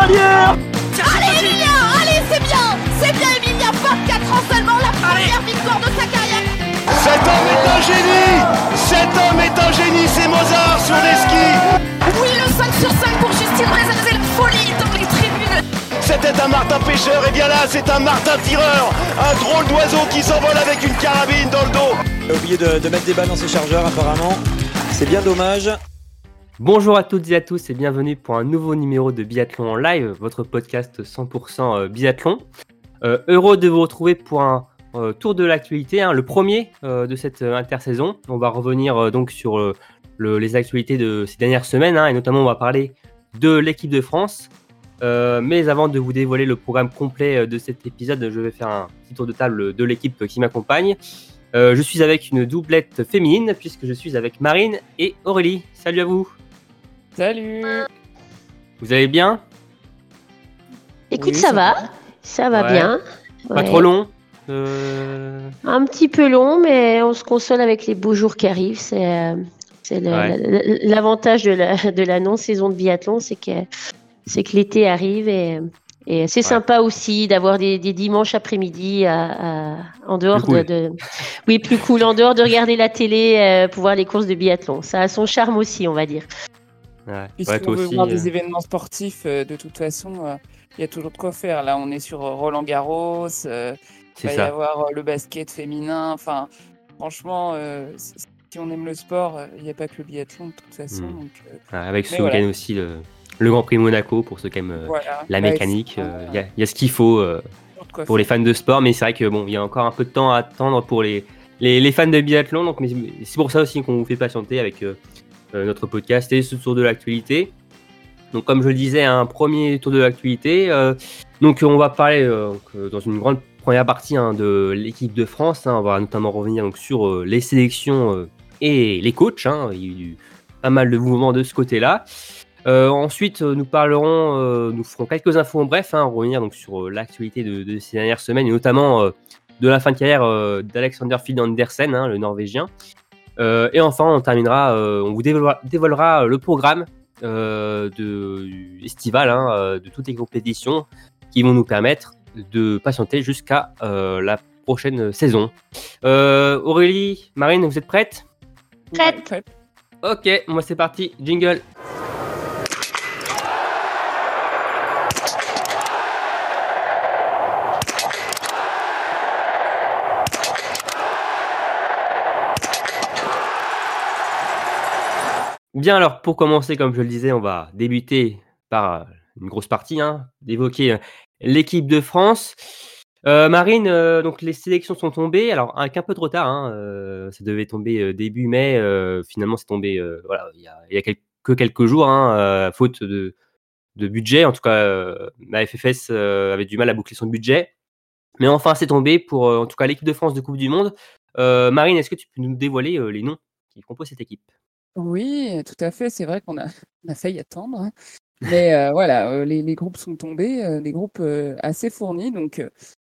cavalière. Allez Emilia, allez c'est bien Emilia, 24 ans seulement, la première victoire de sa carrière. Cet homme est un génie, c'est Mozart sur les skis. Oui, le 5 sur 5 pour Justine Brezaz, c'est la folie dans les tribunes. C'était un martin pêcheur, et bien là c'est un martin tireur. Un drôle d'oiseau qui s'envole avec une carabine dans le dos. Il a oublié de mettre des balles dans ses chargeurs apparemment, c'est bien dommage. Bonjour à toutes et à tous et bienvenue pour un nouveau numéro de Biathlon en live, votre podcast 100% biathlon. Heureux de vous retrouver pour un tour de l'actualité, le premier de cette intersaison. On va revenir donc sur les actualités de ces dernières semaines et notamment on va parler de l'équipe de France. Mais avant de vous dévoiler le programme complet de cet épisode, je vais faire un petit tour de table de l'équipe qui m'accompagne. Je suis avec une doublette féminine puisque je suis avec Marine et Aurélie. Salut à vous. Salut. Vous allez bien? Écoute, oui, ça va bien. Pas trop long. Un petit peu long, mais on se console avec les beaux jours qui arrivent. C'est l'avantage de la non-saison de biathlon, c'est que l'été arrive et c'est sympa aussi d'avoir des dimanches après-midi en dehors Oui, plus cool, en dehors de regarder la télé pour voir les courses de biathlon. Ça a son charme aussi, on va dire. Si on veut voir des événements sportifs, de toute façon, il y a toujours de quoi faire. Là, on est sur Roland Garros, il va y avoir le basket féminin. Enfin, franchement, si on aime le sport, il n'y a pas que le biathlon de toute façon. Donc, avec ce week-end aussi le Grand Prix Monaco pour ceux qui aiment la mécanique. Il y a ce qu'il faut pour les fans de sport, mais c'est vrai que il y a encore un peu de temps à attendre pour les fans de biathlon. Donc, mais c'est pour ça aussi qu'on vous fait patienter avec notre podcast et ce tour de l'actualité. Donc comme je le disais, un premier tour de l'actualité. Donc on va parler dans une grande première partie de l'équipe de France. On va notamment revenir donc, sur les sélections et les coachs. Il y a eu pas mal de mouvements de ce côté-là. Ensuite, nous ferons quelques infos en bref, revenir donc, sur l'actualité de ces dernières semaines et notamment de la fin de carrière d'Alexander Frid Andersen, le Norvégien. Et enfin, on terminera, on vous dévoilera le programme estival de toutes les compétitions qui vont nous permettre de patienter jusqu'à la prochaine saison. Aurélie, Marine, vous êtes prêtes? Prête. Ok, moi c'est parti, jingle. Bien, alors pour commencer, comme je le disais, on va débuter par une grosse partie, d'évoquer l'équipe de France. Marine, donc les sélections sont tombées, alors avec un peu de retard, ça devait tomber début mai, finalement c'est tombé il y a quelques jours, faute de budget, en tout cas la FFS avait du mal à boucler son budget, mais enfin c'est tombé pour en tout cas l'équipe de France de Coupe du Monde. Marine, est-ce que tu peux nous dévoiler les noms qui composent cette équipe? Oui, tout à fait. C'est vrai qu'on a failli attendre. Mais les groupes sont tombés, des groupes assez fournis. Donc,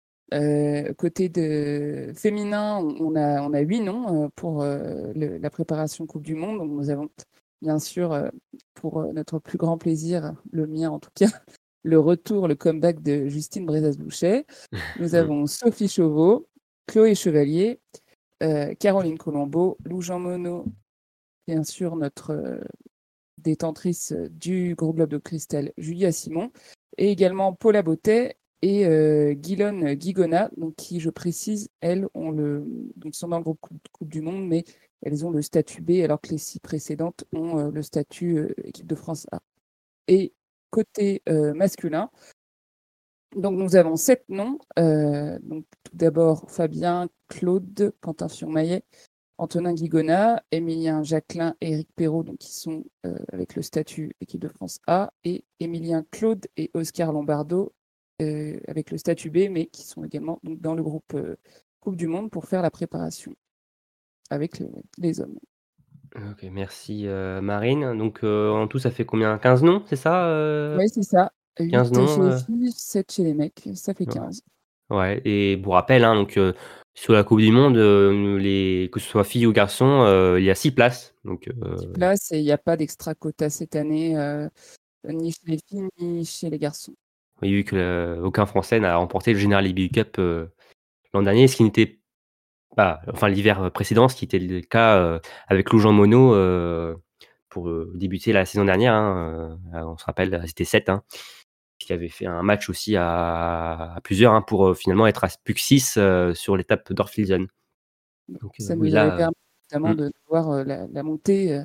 côté de féminin, on a 8 noms pour la préparation Coupe du Monde. Donc, nous avons, bien sûr, pour notre plus grand plaisir, le mien en tout cas, le comeback de Justine Brezaz-Bouchet. Nous avons Sophie Chauveau, Chloé Chevalier, Caroline Colombo, Lou Jean Monod, bien sûr, notre détentrice du Gros Globe de Cristal, Julia Simon, et également Paula Bottet et Guilone Guigona, donc qui, je précise, elles sont dans le groupe Coupe du Monde, mais elles ont le statut B, alors que les 6 précédentes ont le statut équipe de France A. Et côté masculin, donc nous avons 7 noms. Donc tout d'abord Fabien, Claude, Quentin Furmaillet, Antonin Guigona, Émilien Jacquelin et Éric Perrault, donc qui sont avec le statut équipe de France A, et Émilien Claude et Oscar Lombardo avec le statut B, mais qui sont également donc, dans le groupe Coupe du Monde pour faire la préparation avec les hommes. Ok, merci Marine. Donc en tout, ça fait combien? 15 noms, c'est ça Oui, c'est ça. 15 8 noms, chez les filles, 7 chez les mecs, ça fait 15. Ouais, et pour rappel, donc sur la Coupe du Monde, que ce soit filles ou garçons, il y a 6 places. Donc, 6 places et il n'y a pas d'extra quota cette année. ni chez les filles, ni chez les garçons. Oui, vu que aucun Français n'a remporté le General IBU Cup l'an dernier, ce qui n'était pas, enfin l'hiver précédent, ce qui était le cas avec Lou Jean Monod pour débuter la saison dernière. On se rappelle, c'était 7, qui avait fait un match aussi à plusieurs pour finalement être à plus que 6 sur l'étape d'Orfilsen. Donc, ça nous avait permis notamment de voir la montée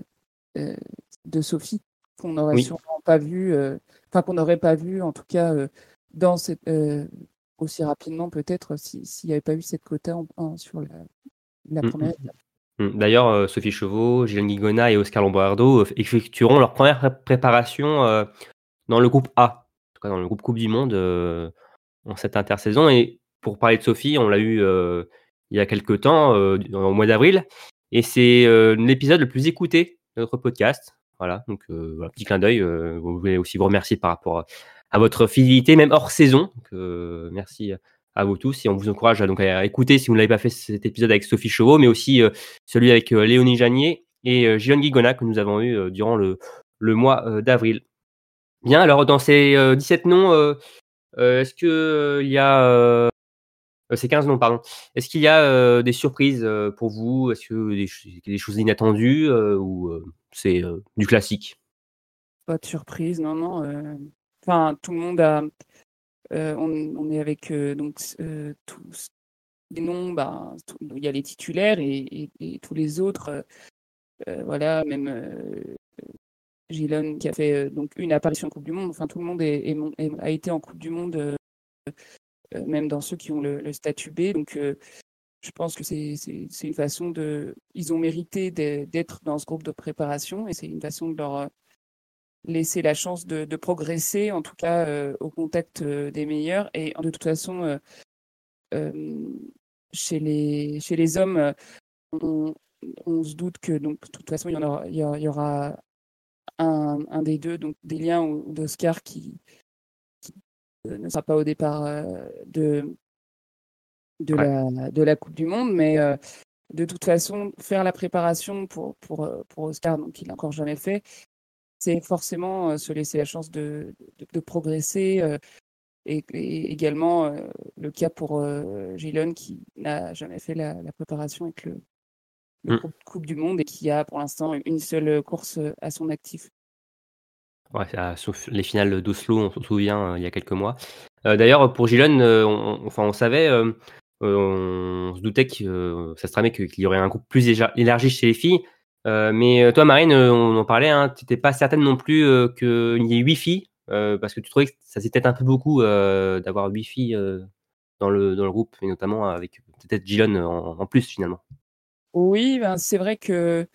de Sophie qu'on n'aurait sûrement pas vu, qu'on n'aurait pas vu en tout cas dans cette, aussi rapidement peut-être s'il n'y avait pas eu cette quota sur la première étape. D'ailleurs, Sophie Chauveau, Gilles Guigona et Oscar Lombardo effectueront leur première préparation dans le groupe A, en tout cas dans le groupe Coupe du Monde en cette intersaison. Et pour parler de Sophie, on l'a eu il y a quelques temps, au mois d'avril, et c'est l'épisode le plus écouté de notre podcast. Voilà, donc voilà, petit clin d'œil. Vous voulez aussi vous remercier par rapport à votre fidélité, même hors saison. Donc, merci à vous tous, et on vous encourage donc à écouter, si vous ne l'avez pas fait, cet épisode avec Sophie Chauveau, mais aussi celui avec Léonie Janier et Gilles Guigona que nous avons eu durant le mois d'avril. Bien, alors dans ces 17 noms, est-ce qu'il y a... c'est 15 noms, pardon. Est-ce qu'il y a des surprises pour vous? Est-ce que des choses inattendues ou c'est du classique? Pas de surprise, non. Enfin, tout le monde a... on est avec donc tous les noms, il y a les titulaires et tous les autres, voilà, même Gilon qui a fait donc une apparition en Coupe du Monde. Enfin, tout le monde a été en Coupe du Monde, même dans ceux qui ont le statut B. Donc, je pense que c'est une façon de... Ils ont mérité d'être dans ce groupe de préparation et c'est une façon de leur laisser la chance de progresser, en tout cas au contact des meilleurs. Et de toute façon, chez les hommes, on se doute que donc, de toute façon, il y aura un des deux, donc d'Élien ou d'Oscar, qui ne sera pas au départ de la Coupe du Monde. Mais de toute façon, faire la préparation pour Oscar, donc il n'a encore jamais fait, c'est forcément se laisser la chance de progresser. Et également le cas pour Gilon, qui n'a jamais fait la préparation avec le groupe Coupe du Monde et qui a pour l'instant une seule course à son actif. Ouais, sauf les finales d'Oslo, on se souvient, il y a quelques mois. D'ailleurs, pour Gilon, on savait, on se doutait que ça se tramait qu'il y aurait un groupe plus élargi chez les filles. Mais toi, Marine, on en parlait, tu n'étais pas certaine non plus qu'il y ait 8 filles, parce que tu trouvais que ça c'était peut-être un peu beaucoup d'avoir 8 filles dans le groupe, et notamment avec peut-être Gilon en plus finalement. Oui, c'est vrai que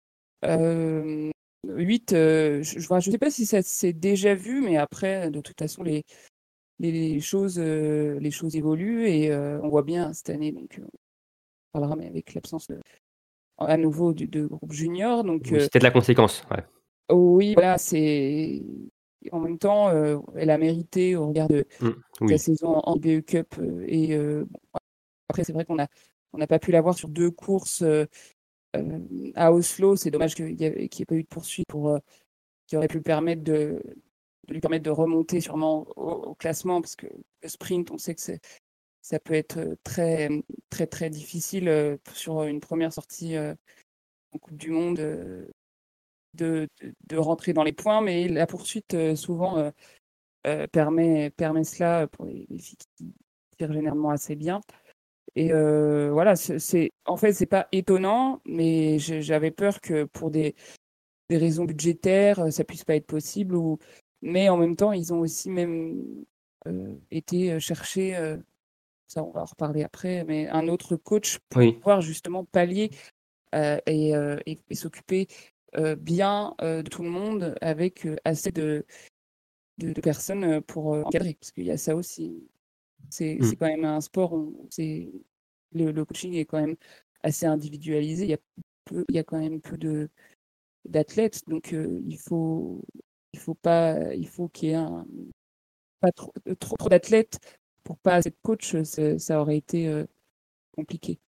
8, je ne sais pas si ça s'est déjà vu, mais après, de toute façon, les choses évoluent et on voit bien cette année, donc on parlera, mais avec l'absence à nouveau de groupe junior. Donc, oui, c'était de la conséquence. Ouais. Oui, voilà, c'est... En même temps, elle a mérité au regard de sa saison en IBU Cup. Après, c'est vrai qu'on n'a pas pu la voir sur 2 courses à Oslo. C'est dommage qu'il n'y ait pas eu de poursuite qui aurait pu lui permettre de remonter sûrement au classement, parce que le sprint, on sait que ça peut être très, très, très difficile sur une première sortie en Coupe du Monde de rentrer dans les points, mais la poursuite souvent permet cela pour les filles qui tirent généralement assez bien. Et voilà, en fait, c'est pas étonnant, mais j'avais peur que pour des raisons budgétaires, ça puisse pas être possible. Mais en même temps, ils ont aussi même été chercher, ça on va en reparler après, mais un autre coach pour pouvoir justement pallier et s'occuper bien de tout le monde avec assez de personnes pour encadrer, parce qu'il y a ça aussi. C'est quand même un sport où le coaching est quand même assez individualisé. Il y a quand même peu d'athlètes, donc il faut qu'il y ait pas trop d'athlètes pour pas assez de coach. Ça aurait été compliqué.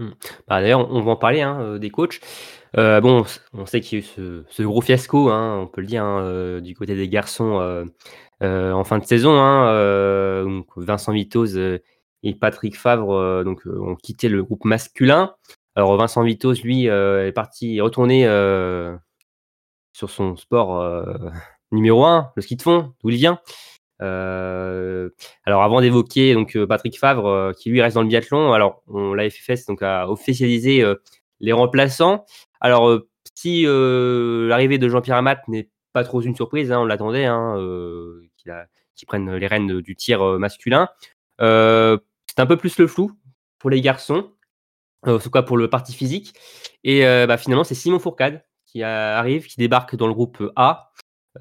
D'ailleurs, on va en parler des coachs. Bon, on sait qu'il y a eu ce gros fiasco, on peut le dire, du côté des garçons en fin de saison. Donc Vincent Vitoz et Patrick Favre ont quitté le groupe masculin. Alors Vincent Vitoz, lui, est retourné sur son sport numéro 1, le ski de fond, d'où il vient. Alors avant d'évoquer donc Patrick Favre qui lui reste dans le biathlon, alors la FFS donc a officialisé les remplaçants. Alors si l'arrivée de Jean-Pierre Amat n'est pas trop une surprise, on l'attendait, qu'il prenne les rênes du tir masculin. C'est un peu plus le flou pour les garçons, en tout cas pour le parti physique. Et finalement c'est Simon Fourcade qui arrive, qui débarque dans le groupe A.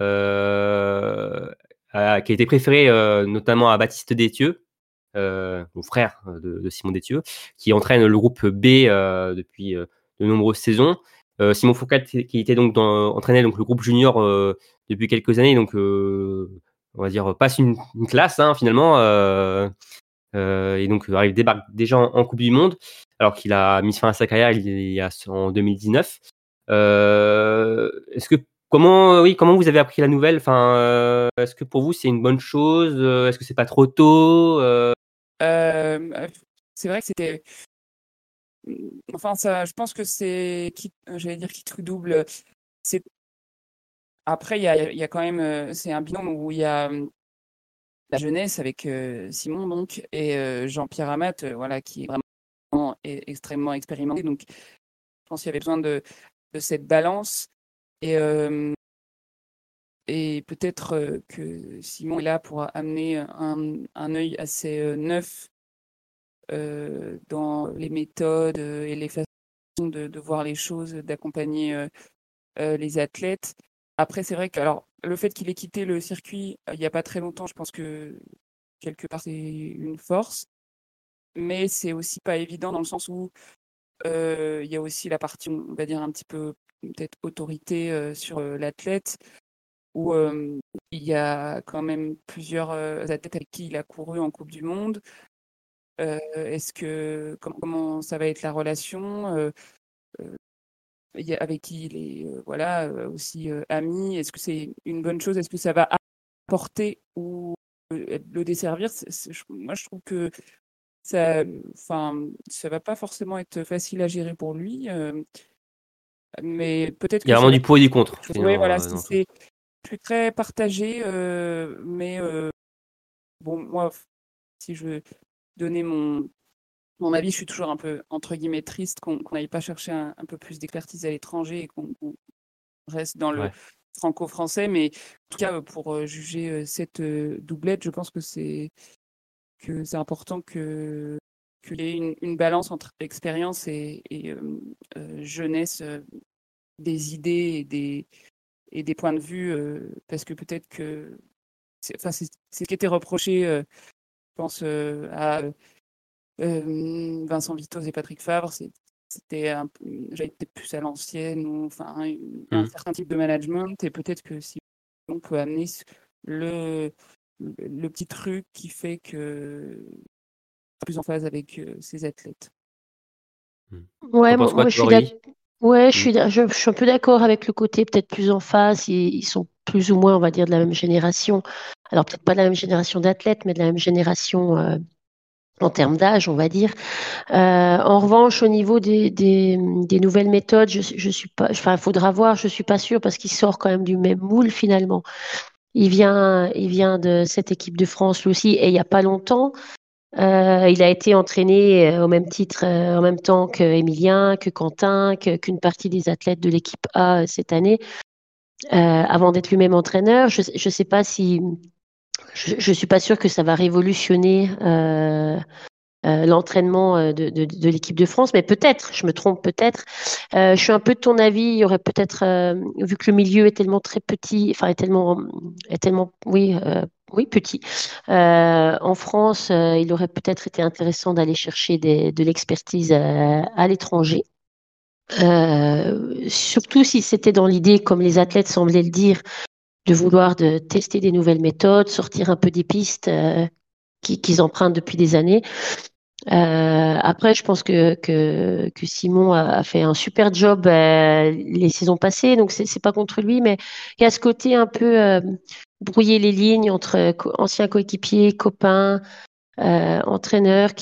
Qui a été préféré notamment à Baptiste Détieux, mon frère de Simon Détieux, qui entraîne le groupe B depuis de nombreuses saisons. Simon Fourcade qui était donc entraînait donc le groupe junior depuis quelques années, donc on va dire passe une classe finalement, et donc débarque déjà en Coupe du Monde, alors qu'il a mis fin à sa carrière en 2019. Comment vous avez appris la nouvelle? Est-ce que pour vous c'est une bonne chose? Est-ce que c'est pas trop tôt? C'est vrai que c'était. Enfin, ça, je pense que c'est. J'allais dire quitte ou double. Après, il y a quand même. C'est un binôme où il y a la jeunesse avec Simon donc et Jean-Pierre Amat, qui est vraiment extrêmement expérimenté. Donc, je pense qu'il y avait besoin de cette balance. Et peut-être que Simon est là pour amener un œil assez neuf dans les méthodes et les façons de voir les choses, d'accompagner les athlètes. Après, c'est vrai que le fait qu'il ait quitté le circuit il n'y a pas très longtemps, je pense que quelque part c'est une force, mais c'est aussi pas évident dans le sens où il y a aussi la partie, on va dire, un petit peu peut-être autorité sur l'athlète, où il y a quand même plusieurs athlètes avec qui il a couru en Coupe du Monde. Comment ça va être la relation avec qui il est aussi ami? Est-ce que c'est une bonne chose? Est-ce que ça va apporter ou le desservir? Moi, je trouve que ça va pas forcément être facile à gérer pour lui. Mais peut-être il y a vraiment du pour et du contre. Oui, voilà, c'est plus très partagé, mais bon, moi, si je veux donner mon avis, je suis toujours un peu, entre guillemets, triste qu'on n'aille pas chercher un peu plus d'expertise à l'étranger et qu'on reste dans le franco-français. Mais en tout cas, pour juger cette doublette, je pense que c'est important qu'il y ait une balance entre expérience et jeunesse, des idées et des points de vue, parce que peut-être que c'est ce qui était reproché, je pense, à Vincent Vitoz et Patrick Favre. J'avais été plus à l'ancienne, ou un certain type de management, et peut-être que si on peut amener le petit truc qui fait que plus en phase avec ces athlètes. Ouais, moi je suis d'accord. Ouais, je suis un peu d'accord avec le côté peut-être plus en phase. Ils sont plus ou moins, on va dire, de la même génération. Alors peut-être pas de la même génération d'athlètes, mais de la même génération en termes d'âge, on va dire. En revanche, au niveau des nouvelles méthodes, je suis pas. Enfin, il faudra voir. Je suis pas sûre parce qu'il sort quand même du même moule finalement. Il vient de cette équipe de France lui aussi, et il y a pas longtemps. Il a été entraîné au même titre, en même temps qu'Emilien, que Quentin, qu'une partie des athlètes de l'équipe A cette année, avant d'être lui-même entraîneur. Je sais pas si, je suis pas sûre que ça va révolutionner l'entraînement de l'équipe de France, mais peut-être, je me trompe peut-être. Je suis un peu de ton avis. Il y aurait peut-être, vu que le milieu est tellement très petit, enfin est tellement, oui, petit. En France, il aurait peut-être été intéressant d'aller chercher de l'expertise à l'étranger. Surtout si c'était dans l'idée, comme les athlètes semblaient le dire, de vouloir de tester des nouvelles méthodes, sortir un peu des pistes qu'ils empruntent depuis des années. Après, je pense que Simon a fait un super job les saisons passées, donc c'est pas contre lui, mais il y a ce côté un peu brouiller les lignes entre anciens coéquipiers, copains, entraîneurs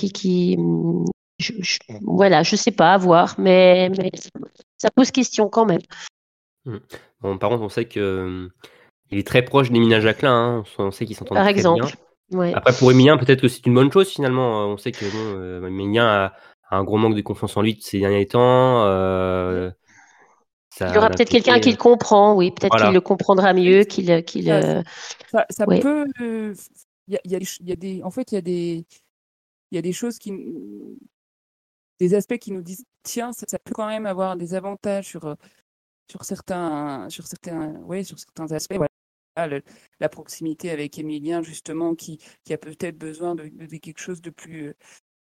voilà, je sais pas, à voir, mais ça pose question quand même. Bon, par contre, on sait que il est très proche d'Emilien Jacquelin. Hein. On sait qu'ils s'entendent très bien. Ouais. Après, pour Emilien, peut-être que c'est une bonne chose finalement. On sait que Emilien a un gros manque de confiance en lui ces derniers temps. Il y aura peut-être quelqu'un qui le comprend, oui, peut-être qu'il le comprendra mieux, Ça ouais. peut. Il y a des. En fait, il y a des choses des aspects qui nous disent tiens, ça peut quand même avoir des avantages sur certains aspects. Voilà. La proximité avec Emilien, justement, qui a peut-être besoin de quelque chose de plus.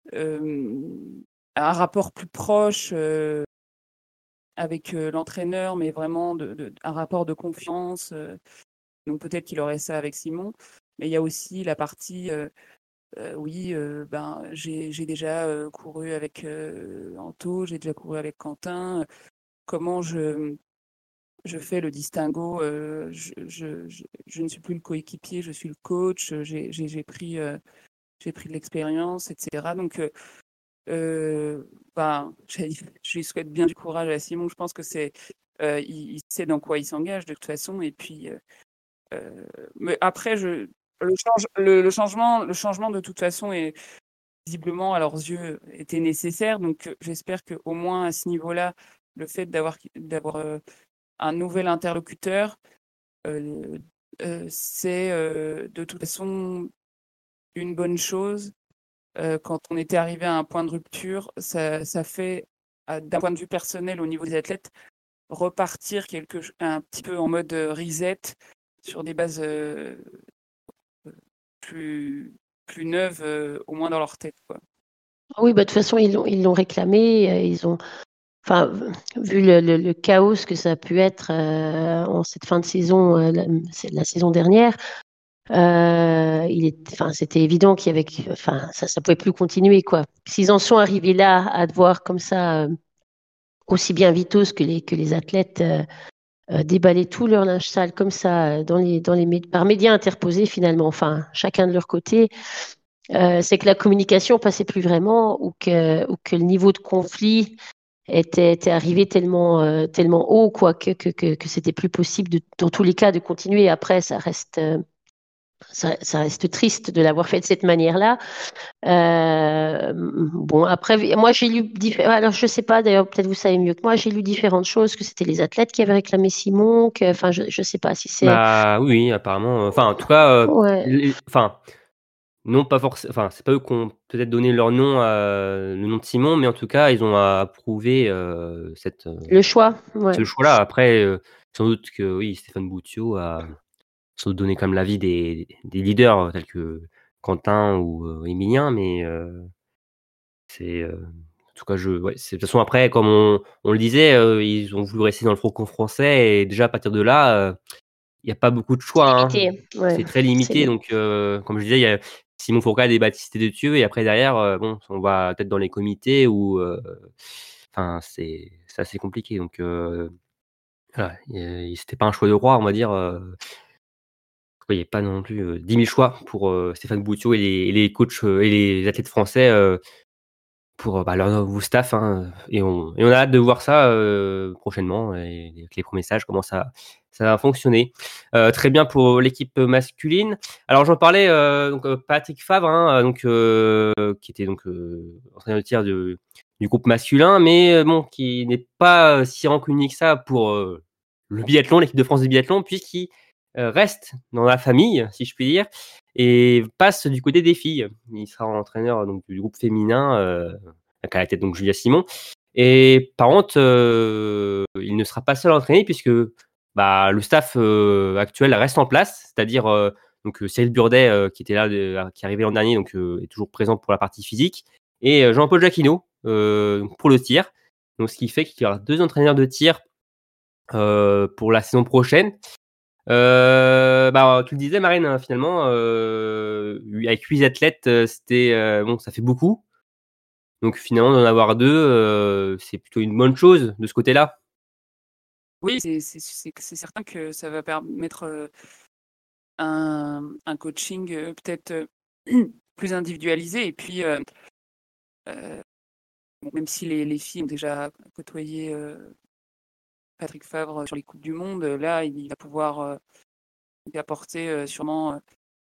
Un rapport plus proche avec l'entraîneur, mais vraiment un rapport de confiance. Donc peut-être qu'il aurait ça avec Simon. Mais il y a aussi la partie. Oui, j'ai déjà couru avec Anto, j'ai déjà couru avec Quentin. Comment je fais le distinguo je ne suis plus le coéquipier, je suis le coach. J'ai pris de l'expérience, etc. Donc, je lui souhaite bien du courage à Simon. Je pense que il sait dans quoi il s'engage de toute façon. Et puis, mais après, le changement de toute façon est visiblement à leurs yeux était nécessaire. Donc, j'espère qu'au moins à ce niveau-là, le fait d'avoir un nouvel interlocuteur, c'est de toute façon une bonne chose. Quand on était arrivé à un point de rupture, ça fait, d'un point de vue personnel au niveau des athlètes, repartir un petit peu en mode reset sur des bases plus neuves, au moins dans leur tête, quoi. Oui, de toute façon, ils l'ont réclamé. Ils ont, enfin, vu le chaos que ça a pu être en cette fin de saison, la saison dernière, c'était évident qu'il y avait, ça pouvait plus continuer, quoi. S'ils en sont arrivés là à devoir comme ça, aussi bien Vitos que les athlètes déballer tout leur linge sale comme ça par médias interposés finalement, enfin chacun de leur côté, c'est que la communication passait plus vraiment ou que le niveau de conflit était arrivé tellement haut quoi que c'était plus possible dans tous les cas de continuer. Après, ça reste triste de l'avoir fait de cette manière-là. Bon, après, moi j'ai lu alors je sais pas, d'ailleurs peut-être vous savez mieux que moi, j'ai lu différentes choses, que c'était les athlètes qui avaient réclamé Simon, enfin je sais pas si c'est. Bah oui, apparemment. Enfin, en tout cas, Ouais. non, pas forcément. Enfin, c'est pas eux qui ont peut-être donné leur nom, le nom de Simon, mais en tout cas, ils ont approuvé Le choix, ouais. ce choix-là. Après, sans doute que oui, Stéphane Boutiot a sans doute donné comme l'avis des leaders tels que Quentin ou Emilien, mais c'est en tout cas, de toute façon après, comme on le disait, ils ont voulu rester dans le franco français et déjà à partir de là, il y a pas beaucoup de choix. Hein. Ouais. C'est très limité, donc comme je disais, il y a Simon Fourcade et Baptiste Detieux et après derrière, bon, on va peut-être dans les comités où, enfin, c'est assez compliqué. Donc voilà, c'était pas un choix de roi, on va dire. Il n'y a pas non plus 10 000 choix pour Stéphane Boutiot et les coachs et les athlètes français pour leur nouveau staff. Hein, et on a hâte de voir ça prochainement et avec les premiers messages, comment ça va fonctionner. Très bien pour l'équipe masculine. Alors j'en parlais, Patrick Favre, hein, qui était entraîneur de tir du groupe masculin, mais bon, qui n'est pas si rancunier que ça pour le biathlon, l'équipe de France de biathlon, puisqu'il reste dans la famille, si je puis dire, et passe du côté des filles. Il sera entraîneur du groupe féminin, à la tête Julia Simon. Et par contre, il ne sera pas seul à entraîner puisque le staff actuel reste en place, c'est-à-dire Cyril Burdet qui était là, qui est arrivé l'an dernier, est toujours présent pour la partie physique, et Jean-Paul Jacquinot pour le tir. Donc ce qui fait qu'il y aura 2 entraîneurs de tir pour la saison prochaine. Tu le disais, Marine, hein, finalement, avec 8 athlètes, c'était ça fait beaucoup. Donc finalement, d'en avoir 2, c'est plutôt une bonne chose de ce côté-là. Oui, c'est certain que ça va permettre un coaching peut-être plus individualisé. Et puis, même si les filles ont déjà côtoyé Patrick Favre sur les Coupes du Monde, là, il va pouvoir apporter sûrement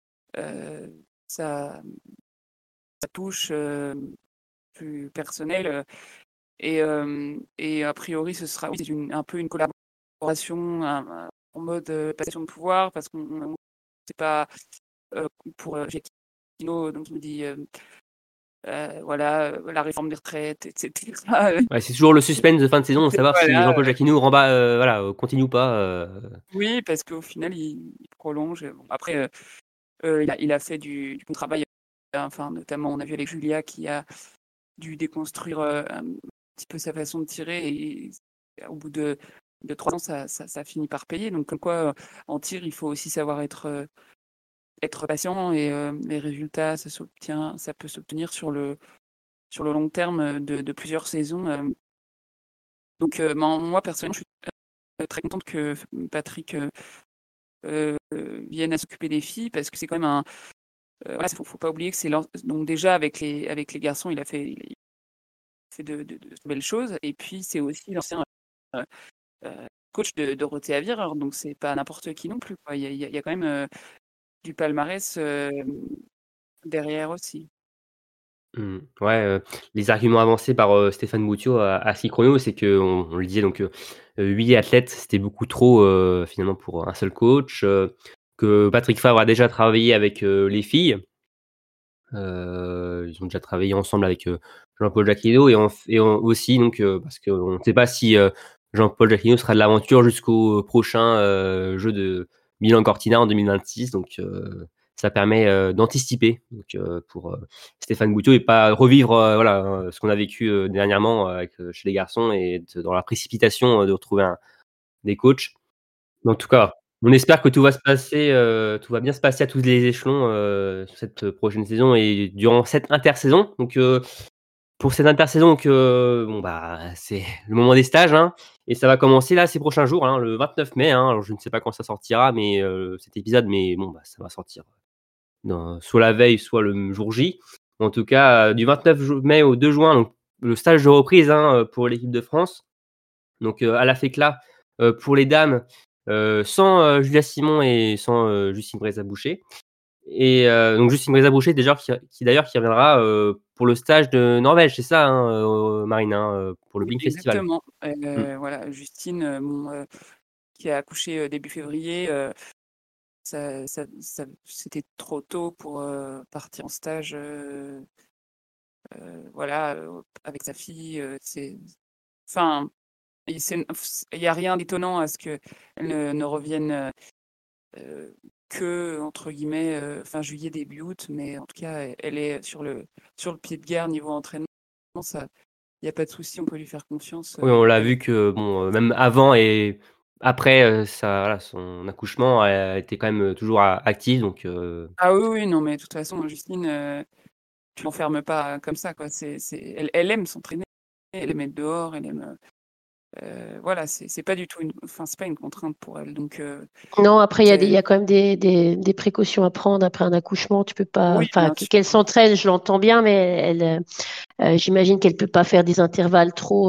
sa touche plus personnelle. Et a priori, ce sera c'est un peu une collaboration en mode passation de pouvoir, parce qu'on c'est pas pour Giacchino, donc je me dis voilà, la réforme des retraites, etc. Ouais, c'est toujours le suspense de fin de saison, de savoir si Voilà, Jean-Paul Jacquinot continue ou pas. oui, parce qu'au final, il prolonge. Bon, après, il a fait du bon travail. Enfin, notamment, on a vu avec Julia qui a dû déconstruire un petit peu sa façon de tirer. Et au bout de 3 ans, ça finit par payer. Donc, comme quoi, en tir, il faut aussi savoir être patient. Et les résultats, ça peut s'obtenir sur le long terme de plusieurs saisons. Donc, moi, personnellement, je suis très contente que Patrick vienne à s'occuper des filles, parce que c'est quand même voilà, faut pas oublier que c'est donc déjà avec les garçons, il a fait de belles choses. Et puis c'est aussi l'ancien coach de Dorothée Avirer, donc c'est pas n'importe qui non plus, quoi. Il y a quand même du palmarès derrière aussi. Ouais, les arguments avancés par Stéphane Boutiot à Chrono, c'est qu'on le disait, donc 8 athlètes, c'était beaucoup trop finalement pour un seul coach, que Patrick Favre a déjà travaillé avec les filles. Ils ont déjà travaillé ensemble avec Jean-Paul Jacquinot, et aussi donc parce qu'on ne sait pas si Jean-Paul Jacquinot sera de l'aventure jusqu'au prochain jeu de Milan-Cortina en 2026. Donc ça permet d'anticiper donc pour Stéphane Boutiot, et pas revivre ce qu'on a vécu dernièrement chez les garçons, et dans la précipitation de retrouver des coachs. En tout cas, on espère que tout va bien se passer à tous les échelons sur cette prochaine saison et durant cette intersaison. Donc, pour cette intersaison, donc, bon, bah, c'est le moment des stages, hein, et ça va commencer là ces prochains jours, hein, le 29 mai. Hein. Alors, je ne sais pas quand ça sortira, mais cet épisode, mais bon, bah, ça va sortir soit la veille, soit le jour J. En tout cas, du 29 mai au 2 juin, donc, le stage de reprise, hein, pour l'équipe de France. Donc, à la FECLA, pour les dames, sans Julia Simon et sans Justine Brézat-Boucher. Et donc Justine Brézat-Boucher, déjà, qui reviendra pour le stage de Norvège, c'est ça, hein, Marine, hein, pour le Blink Festival. Exactement. Voilà, Justine, qui a accouché début février, c'était trop tôt pour partir en stage. Voilà, avec sa fille. Enfin, il n'y a rien d'étonnant à ce qu'elle ne revienne que, entre guillemets, fin juillet, début août. Mais en tout cas, elle est sur le pied de guerre niveau entraînement. Ça, il n'y a pas de souci, on peut lui faire confiance. Oui, on l'a vu que bon, même avant et après son accouchement, elle était quand même toujours active. Donc, Ah oui, non, mais de toute façon, Justine, tu l'enfermes pas comme ça, quoi. Elle aime s'entraîner, elle aime être dehors, elle aime. Voilà, c'est pas du tout c'est pas une contrainte pour elle. Donc, non, après, il y a quand même des précautions à prendre après un accouchement. Tu peux pas, oui, qu'elle s'entraîne, je l'entends bien, mais j'imagine qu'elle peut pas faire des intervalles trop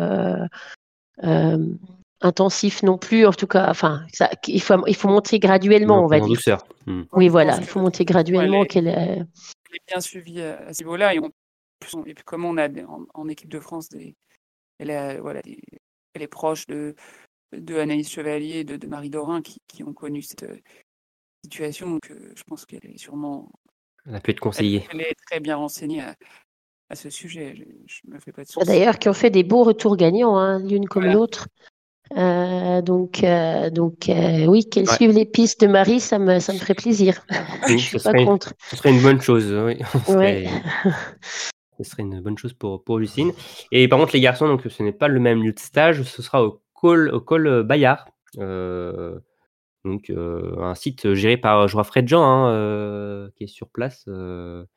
intensifs non plus. En tout cas, il faut monter graduellement, on va dire. En douceur. Oui, voilà, il faut monter graduellement. Elle est bien suivie à ce niveau-là. Et puis comme on a en équipe de France, elle est proche de Anaïs Chevalier et de Marie Dorin qui ont connu cette situation. Donc, je pense qu'elle est sûrement. Elle a pu être conseillée. Elle est très bien renseignée à ce sujet. Je me fais pas de soucis. D'ailleurs, qui ont fait des beaux retours gagnants, hein, l'une comme l'autre. Donc, oui, qu'elle suive les pistes de Marie, ça me ferait plaisir. Je suis pas contre. Ce serait une bonne chose, oui. Ouais. Ce serait une bonne chose pour Justine. Et par contre, les garçons, donc, ce n'est pas le même lieu de stage, ce sera au col Bayard. Donc, un site géré par Joie Fredjean, qui est sur place.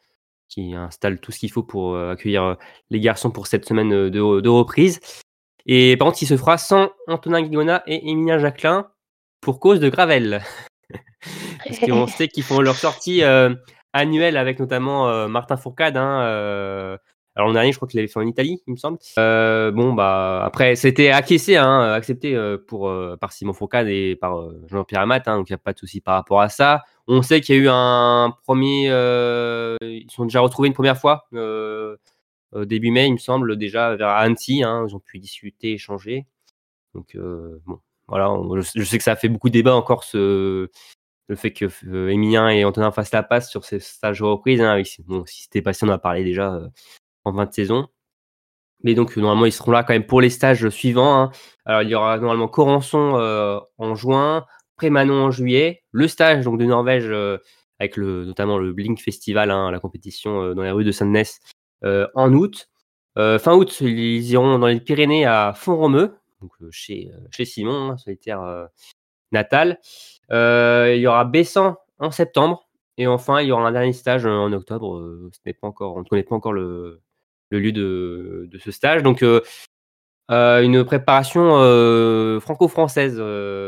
qui installe tout ce qu'il faut pour accueillir les garçons pour cette semaine de reprise. Et par contre, il se fera sans Antonin Guigona et Émilien Jacquelin pour cause de Gravel. Parce qu'on sait qu'ils font leur sortie annuelle avec notamment Martin Fourcade. Alors l'an dernier, je crois qu'il avait fait en Italie, il me semble. Après, c'était accepté par Simon Fourcade et par Jean-Pierre Amat, donc il n'y a pas de souci par rapport à ça. On sait qu'il y a eu un premier... ils sont déjà retrouvés une première fois début mai, il me semble, déjà vers Annecy. Ils ont pu discuter, échanger. Donc, voilà, je sais que ça a fait beaucoup de débats encore, le fait que Émilien et Antonin fassent la passe sur ces stages de reprise. Si c'était passé, on en a parlé déjà en fin de saison. Mais donc, normalement, ils seront là quand même pour les stages suivants. Alors, il y aura normalement Corançon en juin, Prémanon en juillet, le stage donc de Norvège avec notamment le Blink Festival, la compétition dans les rues de Sandnes en août. Fin août, ils iront dans les Pyrénées à Font-Romeu, donc chez Simon, sur les terres natales. Il y aura Bessan en septembre. Et enfin, il y aura un dernier stage en octobre. On ne connaît pas encore le lieu de ce stage. Donc, une préparation franco-française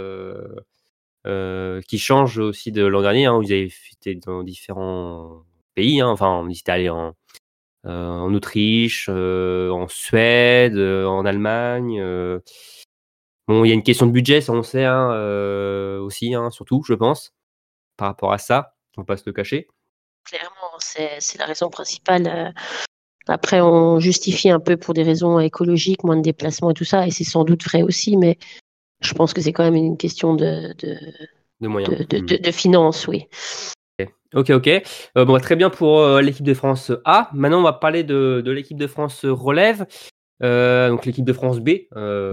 qui change aussi de l'an dernier, où ils avaient été dans différents pays. Enfin, ils étaient allés en Autriche, en Suède, en Allemagne. Il y a une question de budget, ça on sait aussi, surtout, je pense, par rapport à ça. On ne va pas se le cacher. Clairement, c'est la raison principale. Après, on justifie un peu pour des raisons écologiques, moins de déplacements et tout ça, et c'est sans doute vrai aussi, mais je pense que c'est quand même une question de moyens. De finances, oui. Ok. Très bien pour l'équipe de France A. Maintenant, on va parler de l'équipe de France relève, donc l'équipe de France B.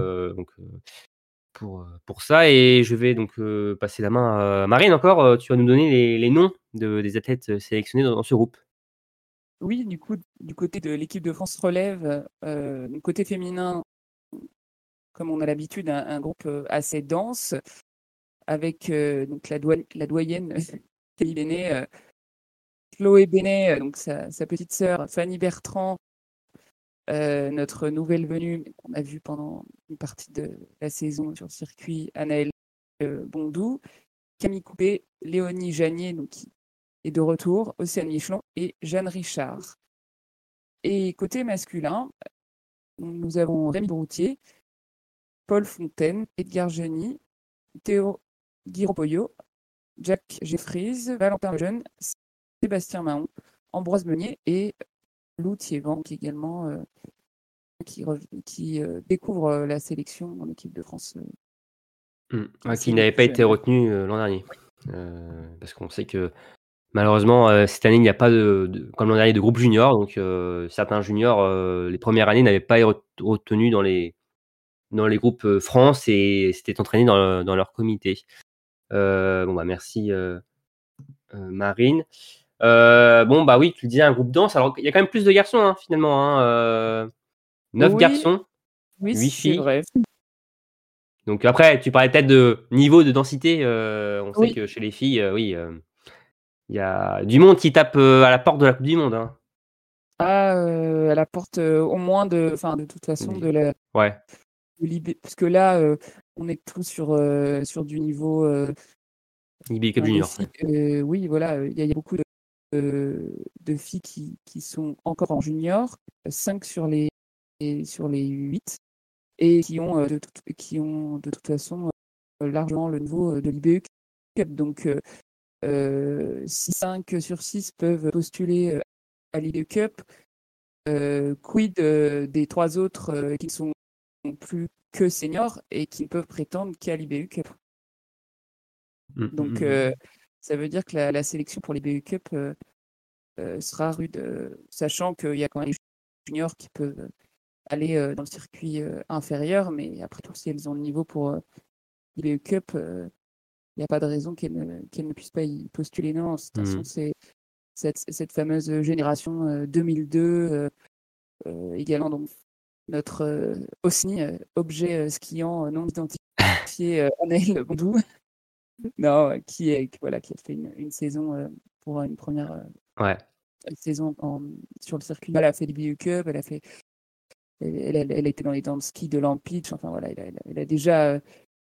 Pour ça, et je vais donc passer la main à Marine encore. Tu vas nous donner les noms des athlètes sélectionnés dans ce groupe. Oui, du coup, du côté de l'équipe de France relève, côté féminin, comme on a l'habitude, un groupe assez dense, avec donc la doyenne Kelly Bénet, Chloé Bénet, donc sa petite sœur Fanny Bertrand, notre nouvelle venue qu'on a vue pendant une partie de la saison sur le circuit, Anaëlle Bondou, Camille Coupé, Léonie Janier, donc, qui est de retour, Océane Michelon et Jeanne Richard. Et côté masculin, nous avons Rémi Broutier, Paul Fontaine, Edgar Geny, Théo Guiropoyo, Jack Jeffries, Valentin Lejeune, Sébastien Mahon, Ambroise Meunier et Lou Thiévan, qui également qui découvre la sélection en équipe de France. Qui n'avait pas été retenu l'an dernier. Parce qu'on sait que malheureusement, cette année, il n'y a pas comme l'an dernier, de groupe junior. Donc, certains juniors, les premières années, n'avaient pas été retenus dans les groupes France et s'étaient entraînés dans leur comité. Merci Marine. Oui, tu disais un groupe dense. Alors, il y a quand même plus de garçons, finalement. 9 garçons, 8 filles. C'est vrai. Donc après, tu parlais peut-être de niveau de densité. On sait que chez les filles, il y a du monde qui tape à la porte de la Coupe du Monde. À la porte au moins de toute façon de la. Ouais. Parce que là, on est tous sur du niveau. IB Cup Junior. Oui, voilà, il y a beaucoup de filles qui sont encore en junior, 5 sur les 8, et qui ont de toute façon largement le niveau de l'IBE Cup. Donc, si 5 sur 6 peuvent postuler à l'IBE Cup, quid des 3 autres qui ne sont plus que seniors et qui ne peuvent prétendre qu'à l'IBE Cup. Donc, ça veut dire que la sélection pour l'IBE Cup sera rude, sachant qu'il y a quand même des juniors qui peuvent aller dans le circuit inférieur, mais après tout, si elles ont le niveau pour l'IBE Cup, il n'y a pas de raison qu'elles ne puissent pas y postuler. Non, de toute façon, c'est cette fameuse génération 2002, également donc notre OSNI, objet skiant non identifié, Anaëlle Bondou, qui a fait une saison pour une première. saison sur le circuit. Elle a fait les BU Cup, elle était dans les temps de ski de Lampitch. Enfin voilà, elle a déjà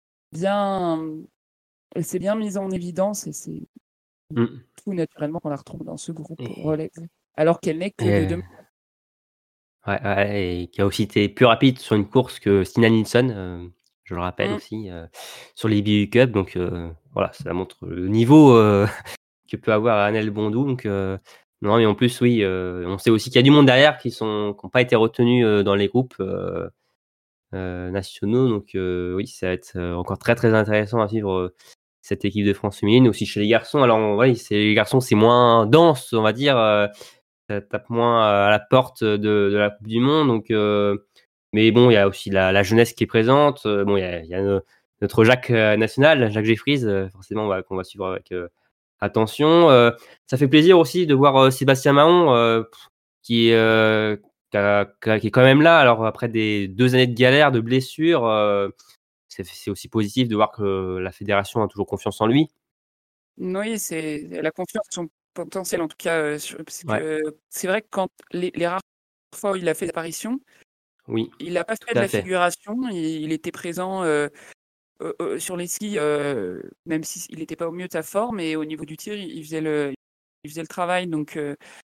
elle s'est bien mise en évidence et c'est tout naturellement qu'on la retrouve dans ce groupe relais, alors qu'elle n'est que de 2 Ouais, et qui a aussi été plus rapide sur une course que Stina Nilsson, je le rappelle aussi, sur les BU Cup. Donc voilà, ça montre le niveau que peut avoir Annelle Bondou. Donc non, mais en plus, oui, on sait aussi qu'il y a du monde derrière qui n'ont pas été retenus dans les groupes nationaux. Donc oui, ça va être encore très très intéressant à suivre cette équipe de France féminine. Aussi chez les garçons. Alors les garçons, c'est moins dense, on va dire. Ça tape moins à la porte de la Coupe du Monde. Donc, mais bon, il y a aussi la jeunesse qui est présente. Bon, il y a notre Jacques national, Jacques Jeffries, forcément, qu'on va suivre avec attention. Ça fait plaisir aussi de voir Sébastien Mahon, qui est quand même là. Alors, après 2 années de galère, de blessures, c'est aussi positif de voir que la fédération a toujours confiance en lui. Oui, c'est la confiance en son potentiel, en tout cas. Parce que c'est vrai que quand les rares fois où il a fait l'apparition, il n'a pas fait de la figuration. Il était présent sur les skis, même s'il n'était pas au mieux de sa forme, et au niveau du tir, il faisait le travail. Donc,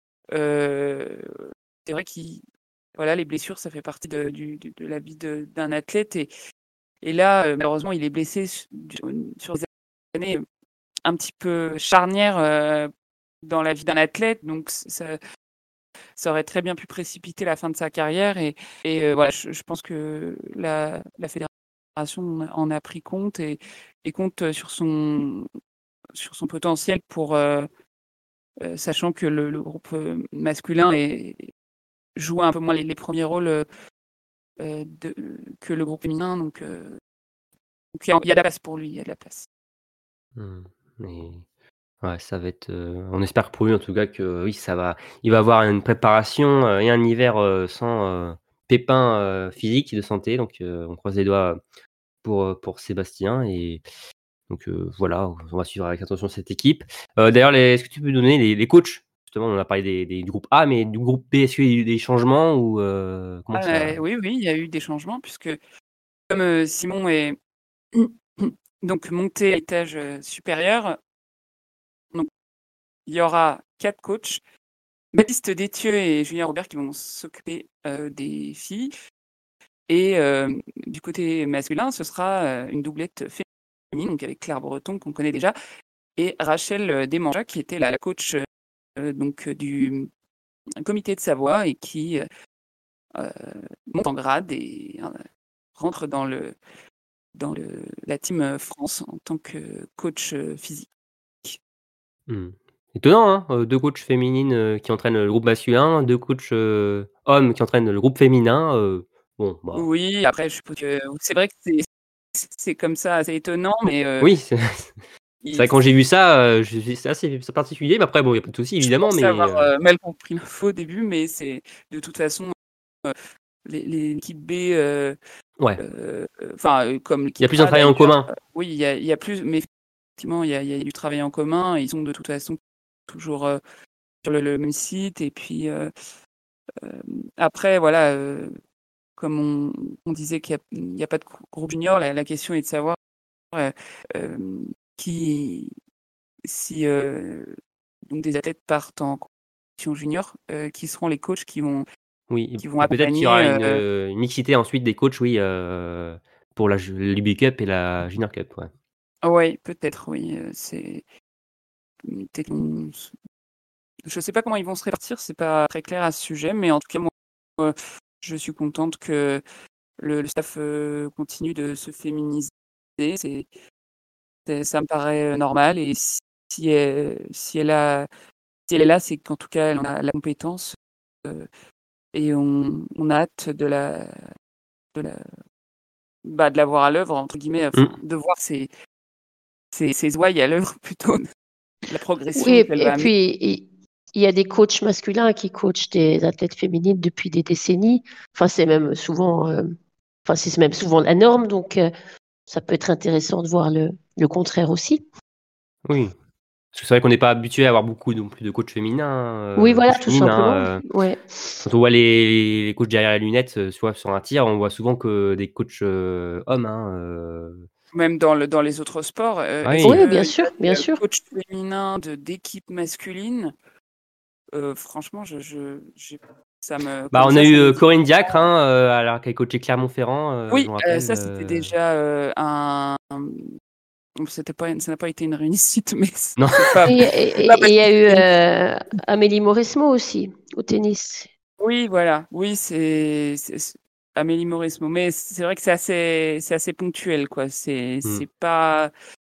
c'est vrai que les blessures, ça fait partie de la vie d'un athlète. Et là, malheureusement, il est blessé sur des années un petit peu charnières dans la vie d'un athlète. Donc, ça aurait très bien pu précipiter la fin de sa carrière. Et voilà, je pense que la fédération en a pris compte et compte sur son potentiel pour, sachant que le groupe masculin joue un peu moins les premiers rôles que le groupe féminin. Donc il y a de la place pour lui, il y a de la place. Ouais, ça va être. On espère pour lui en tout cas que oui, il va avoir une préparation et un hiver sans pépins physiques de santé. Donc on croise les doigts pour Sébastien. Et donc voilà, on va suivre avec attention cette équipe. D'ailleurs, est-ce que tu peux donner les coachs? Justement, on a parlé du groupe A, mais du groupe B, est-ce qu'il y a eu des changements ou comment ça... Oui, il y a eu des changements puisque comme Simon est donc monté à l'étage supérieur, donc il y aura 4 coachs, Baptiste Détieux et Julien Robert, qui vont s'occuper des filles. Et du côté masculin, ce sera une doublette féminine, donc avec Claire Breton qu'on connaît déjà, et Rachel Desmanja, qui était la coach donc du comité de Savoie et qui monte en grade et rentre dans la team France en tant que coach physique. Étonnant, hein, 2 coachs féminines qui entraînent le groupe masculin, 2 coachs hommes qui entraînent le groupe féminin. Bon, bah... Oui, après, je suppose que c'est vrai que c'est comme ça, assez étonnant, mais... Oui, c'est vrai, quand j'ai vu ça, c'est assez particulier, mais après, bon, il n'y a pas de souci, évidemment. Je pense avoir mal compris l'info au début, mais c'est de toute façon... l'équipe B, comme il y a plus un travail en commun. Oui, il y a plus, mais effectivement, il y a du travail en commun. Ils sont de toute façon toujours sur le même site. Et puis après, voilà, comme on disait qu'il n'y a pas de groupe junior, la question est de savoir si donc des athlètes partent en compétition junior, qui seront les coachs qui vont... Oui, peut-être qu'il y aura une mixité ensuite des coachs, oui, pour la l'UB Cup et la Junior Cup, ouais. Oui, peut-être, oui. Je sais pas comment ils vont se répartir, c'est pas très clair à ce sujet, mais en tout cas, moi, je suis contente que le staff continue de se féminiser. Ça me paraît normal, et si elle est là, c'est qu'en tout cas, elle en a la compétence. Et on a hâte de la voir à l'œuvre, entre guillemets, de voir ses ouailles à l'œuvre plutôt, la progression. Oui, et puis il y a des coachs masculins qui coachent des athlètes féminines depuis des décennies. Enfin, c'est même souvent, la norme, donc ça peut être intéressant de voir le contraire aussi. Oui, Parce que c'est vrai qu'on n'est pas habitué à avoir beaucoup non plus de coachs féminins. Oui, voilà, tout simplement. Ouais. Quand on voit les coachs derrière la lunette, soit sur un tir, on voit souvent que des coachs hommes. Même dans les autres sports. Oui, bien sûr, bien sûr. Coach féminin d'équipe masculine, franchement, ça me. On a eu Corinne Diacre, alors qu'elle coachait Clermont-Ferrand. Oui, ça c'était déjà un. Ça n'a pas été une réussite, mais non. Et il y a eu Amélie Mauresmo aussi au tennis. Oui, voilà. Oui, c'est Amélie Mauresmo, mais c'est vrai que c'est assez ponctuel, quoi. C'est pas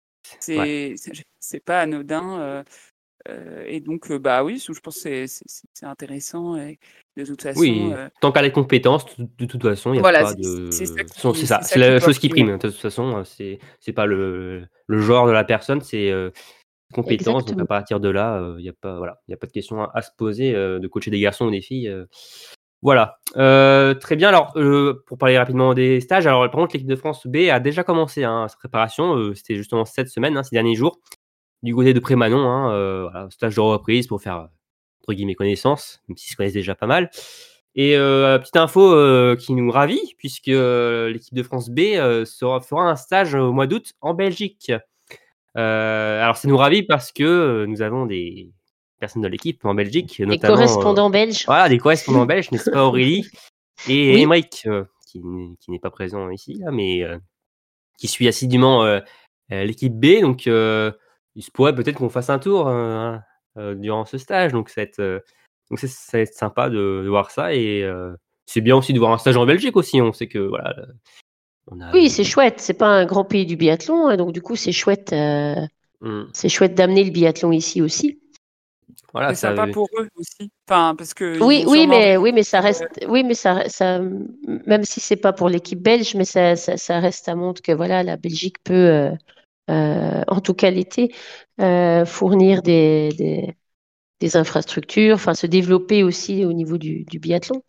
anodin. Et donc, oui, je pense que c'est intéressant. Et de toute façon, oui, tant qu'à les compétences, de toute façon, il n'y a pas de. C'est ça, c'est la chose qui prime. De toute façon, c'est pas le genre de la personne, c'est compétences. Exactement. Donc à partir de là, il n'y a pas de question à se poser de coacher des garçons ou des filles. Voilà. Très bien. Alors, pour parler rapidement des stages, alors par contre, l'équipe de France B a déjà commencé sa préparation. C'était justement cette semaine, ces derniers jours, du côté de Prémanon. Voilà, stage de reprise pour faire entre guillemets connaissance, même s'ils se connaissent déjà pas mal. Et petite info qui nous ravit, puisque l'équipe de France B fera un stage au mois d'août en Belgique. Alors ça nous ravit parce que nous avons des personnes de l'équipe en Belgique, notamment des correspondants belges. Voilà, des correspondants belges, n'est-ce pas Aurélie et oui. Émeric, qui n'est pas présent ici, là, mais qui suit assidûment l'équipe B. Donc il se pourrait peut-être qu'on fasse un tour durant ce stage. Donc ça va être sympa de voir ça. Et c'est bien aussi de voir un stage en Belgique aussi. On sait que voilà. Oui, c'est chouette. C'est pas un grand pays du biathlon, donc du coup c'est chouette. C'est chouette d'amener le biathlon ici aussi. Voilà, c'est sympa pour eux aussi. Parce que oui, mais ça reste. Oui, mais ça, même si c'est pas pour l'équipe belge, mais ça reste, ça montre que voilà, la Belgique peut, en tout cas l'été, fournir des infrastructures, enfin se développer aussi au niveau du biathlon.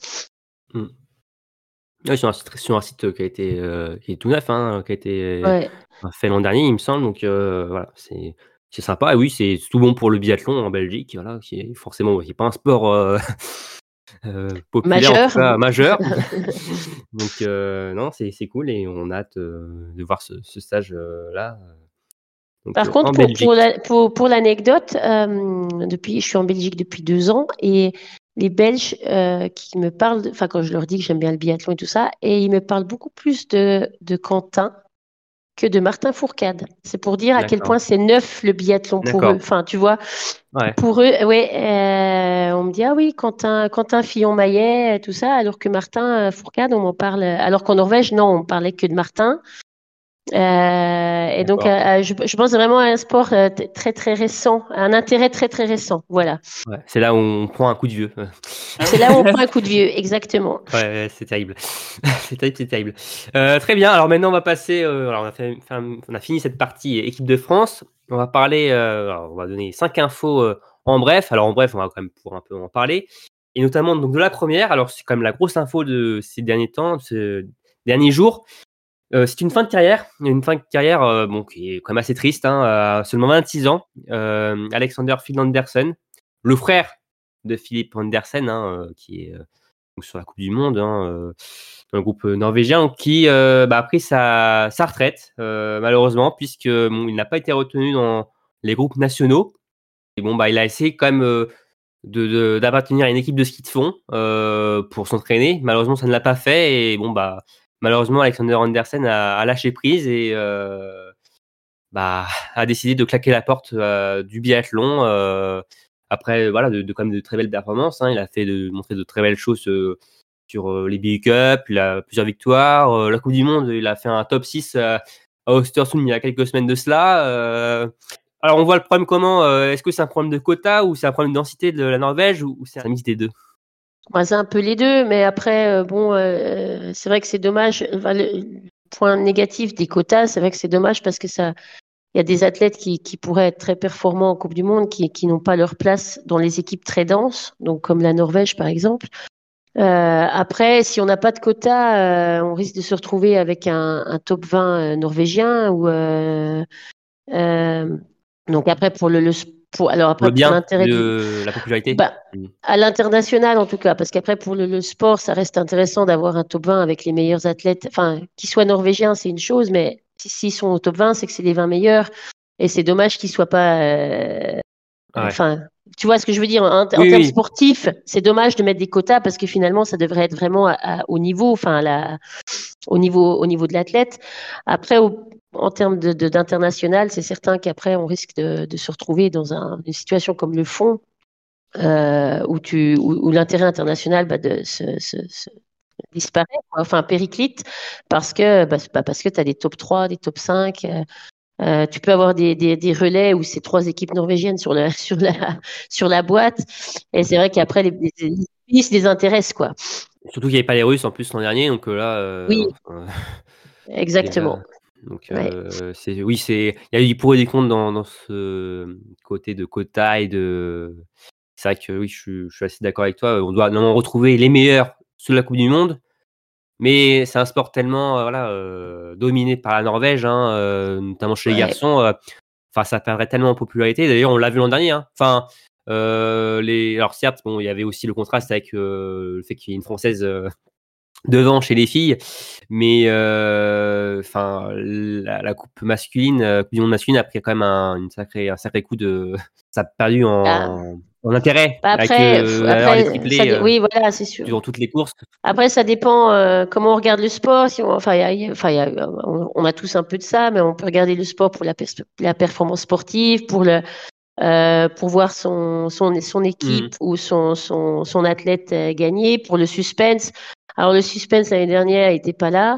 Oui, sur un site qui est tout neuf, qui a été fait l'an dernier, il me semble. Donc voilà, c'est sympa. Et oui, c'est tout bon pour le biathlon en Belgique, voilà, qui est forcément qui est pas un sport populaire, en tout cas majeur. Donc non, c'est cool et on a hâte de voir ce stage là. Par contre, pour l'anecdote, je suis en Belgique depuis 2 ans et les Belges qui me parlent, enfin quand je leur dis que j'aime bien le biathlon et tout ça, et ils me parlent beaucoup plus de Quentin que de Martin Fourcade. C'est pour dire à quel point c'est neuf le biathlon pour eux. Enfin, tu vois, pour eux, on me dit ah oui, Quentin Fillon-Maillet, tout ça, alors que Martin Fourcade, on m'en parle. Alors qu'en Norvège, non, on parlait que de Martin. Et donc, je pense vraiment à un sport très très récent, un intérêt très très récent. Voilà. Ouais, c'est là où on prend un coup de vieux. C'est là où on prend un coup de vieux, exactement. Ouais, c'est terrible. C'est terrible. Très bien. Alors maintenant, on va passer. Alors on a fini cette partie équipe de France. On va parler. On va donner 5 infos en bref. Alors en bref, on va quand même pouvoir un peu en parler. Et notamment donc de la première. Alors c'est quand même la grosse info de ces derniers temps, de ces derniers jours. C'est une fin de carrière, qui est quand même assez triste, à seulement 26 ans. Alexander Phil Andersen, le frère de Philippe Andersen, qui est sur la Coupe du Monde, dans le groupe norvégien, qui a pris sa retraite, malheureusement, puisque il n'a pas été retenu dans les groupes nationaux. Et il a essayé quand même d'appartenir à une équipe de ski de fond pour s'entraîner. Malheureusement, ça ne l'a pas fait. Et malheureusement, Alexander Andersen a lâché prise et a décidé de claquer la porte du biathlon. Après, voilà, quand même de très belles performances. Il a montré de très belles choses sur les Big Cup. Il a plusieurs victoires. La Coupe du Monde, il a fait un top 6 à Östersund il y a quelques semaines de cela. Alors, on voit le problème comment est-ce que c'est un problème de quota ou c'est un problème de densité de la Norvège ou c'est un mix des deux? C'est un peu les deux, mais après, c'est vrai que c'est dommage. Enfin, le point négatif des quotas, c'est vrai que c'est dommage parce que il y a des athlètes qui pourraient être très performants en Coupe du Monde, qui n'ont pas leur place dans les équipes très denses, donc comme la Norvège par exemple. Après, si on n'a pas de quota, on risque de se retrouver avec un top 20 norvégien. Donc après, pour Alors après, le bien pour l'intérêt de la popularité. À l'international en tout cas, parce qu'après pour le sport, ça reste intéressant d'avoir un top 20 avec les meilleurs athlètes. Enfin, qu'ils soient norvégiens, c'est une chose, mais s'ils sont au top 20, c'est que c'est les 20 meilleurs. Et c'est dommage qu'ils soient pas. Enfin, tu vois ce que je veux dire en termes sportifs, c'est dommage de mettre des quotas parce que finalement, ça devrait être vraiment au niveau, enfin, au niveau de l'athlète. Après, en termes d'international, c'est certain qu'après, on risque de se retrouver dans une situation comme le fond, où l'intérêt international se disparaît, enfin périclite, parce que tu as des top 3, des top 5. Tu peux avoir des relais où c'est 3 équipes norvégiennes sur la boîte. Et c'est vrai qu'après, les pays se désintéressent, quoi. Surtout qu'il n'y avait pas les Russes en plus l'an dernier, donc là. Oui, exactement. Déjà, donc, il y a eu du pour et du contre dans ce côté de quota et de. C'est vrai que oui, je suis assez d'accord avec toi. On doit normalement retrouver les meilleurs sur la Coupe du Monde. Mais c'est un sport tellement dominé par la Norvège, notamment chez les garçons. Ça perdrait tellement en popularité. D'ailleurs, on l'a vu l'an dernier. Enfin, alors certes, bon, il y avait aussi le contraste avec le fait qu'il y ait une Française devant chez les filles, mais la coupe masculine, Coupe du Monde masculine a pris quand même un sacré coup de. Ça a perdu en intérêt. Après, les triplés, oui, voilà, c'est sûr. Durant toutes les courses. Après, ça dépend comment on regarde le sport. On a tous un peu de ça, mais on peut regarder le sport pour la performance sportive, pour voir son équipe ou son athlète gagner, pour le suspense. Alors, le suspense l'année dernière n'était pas là.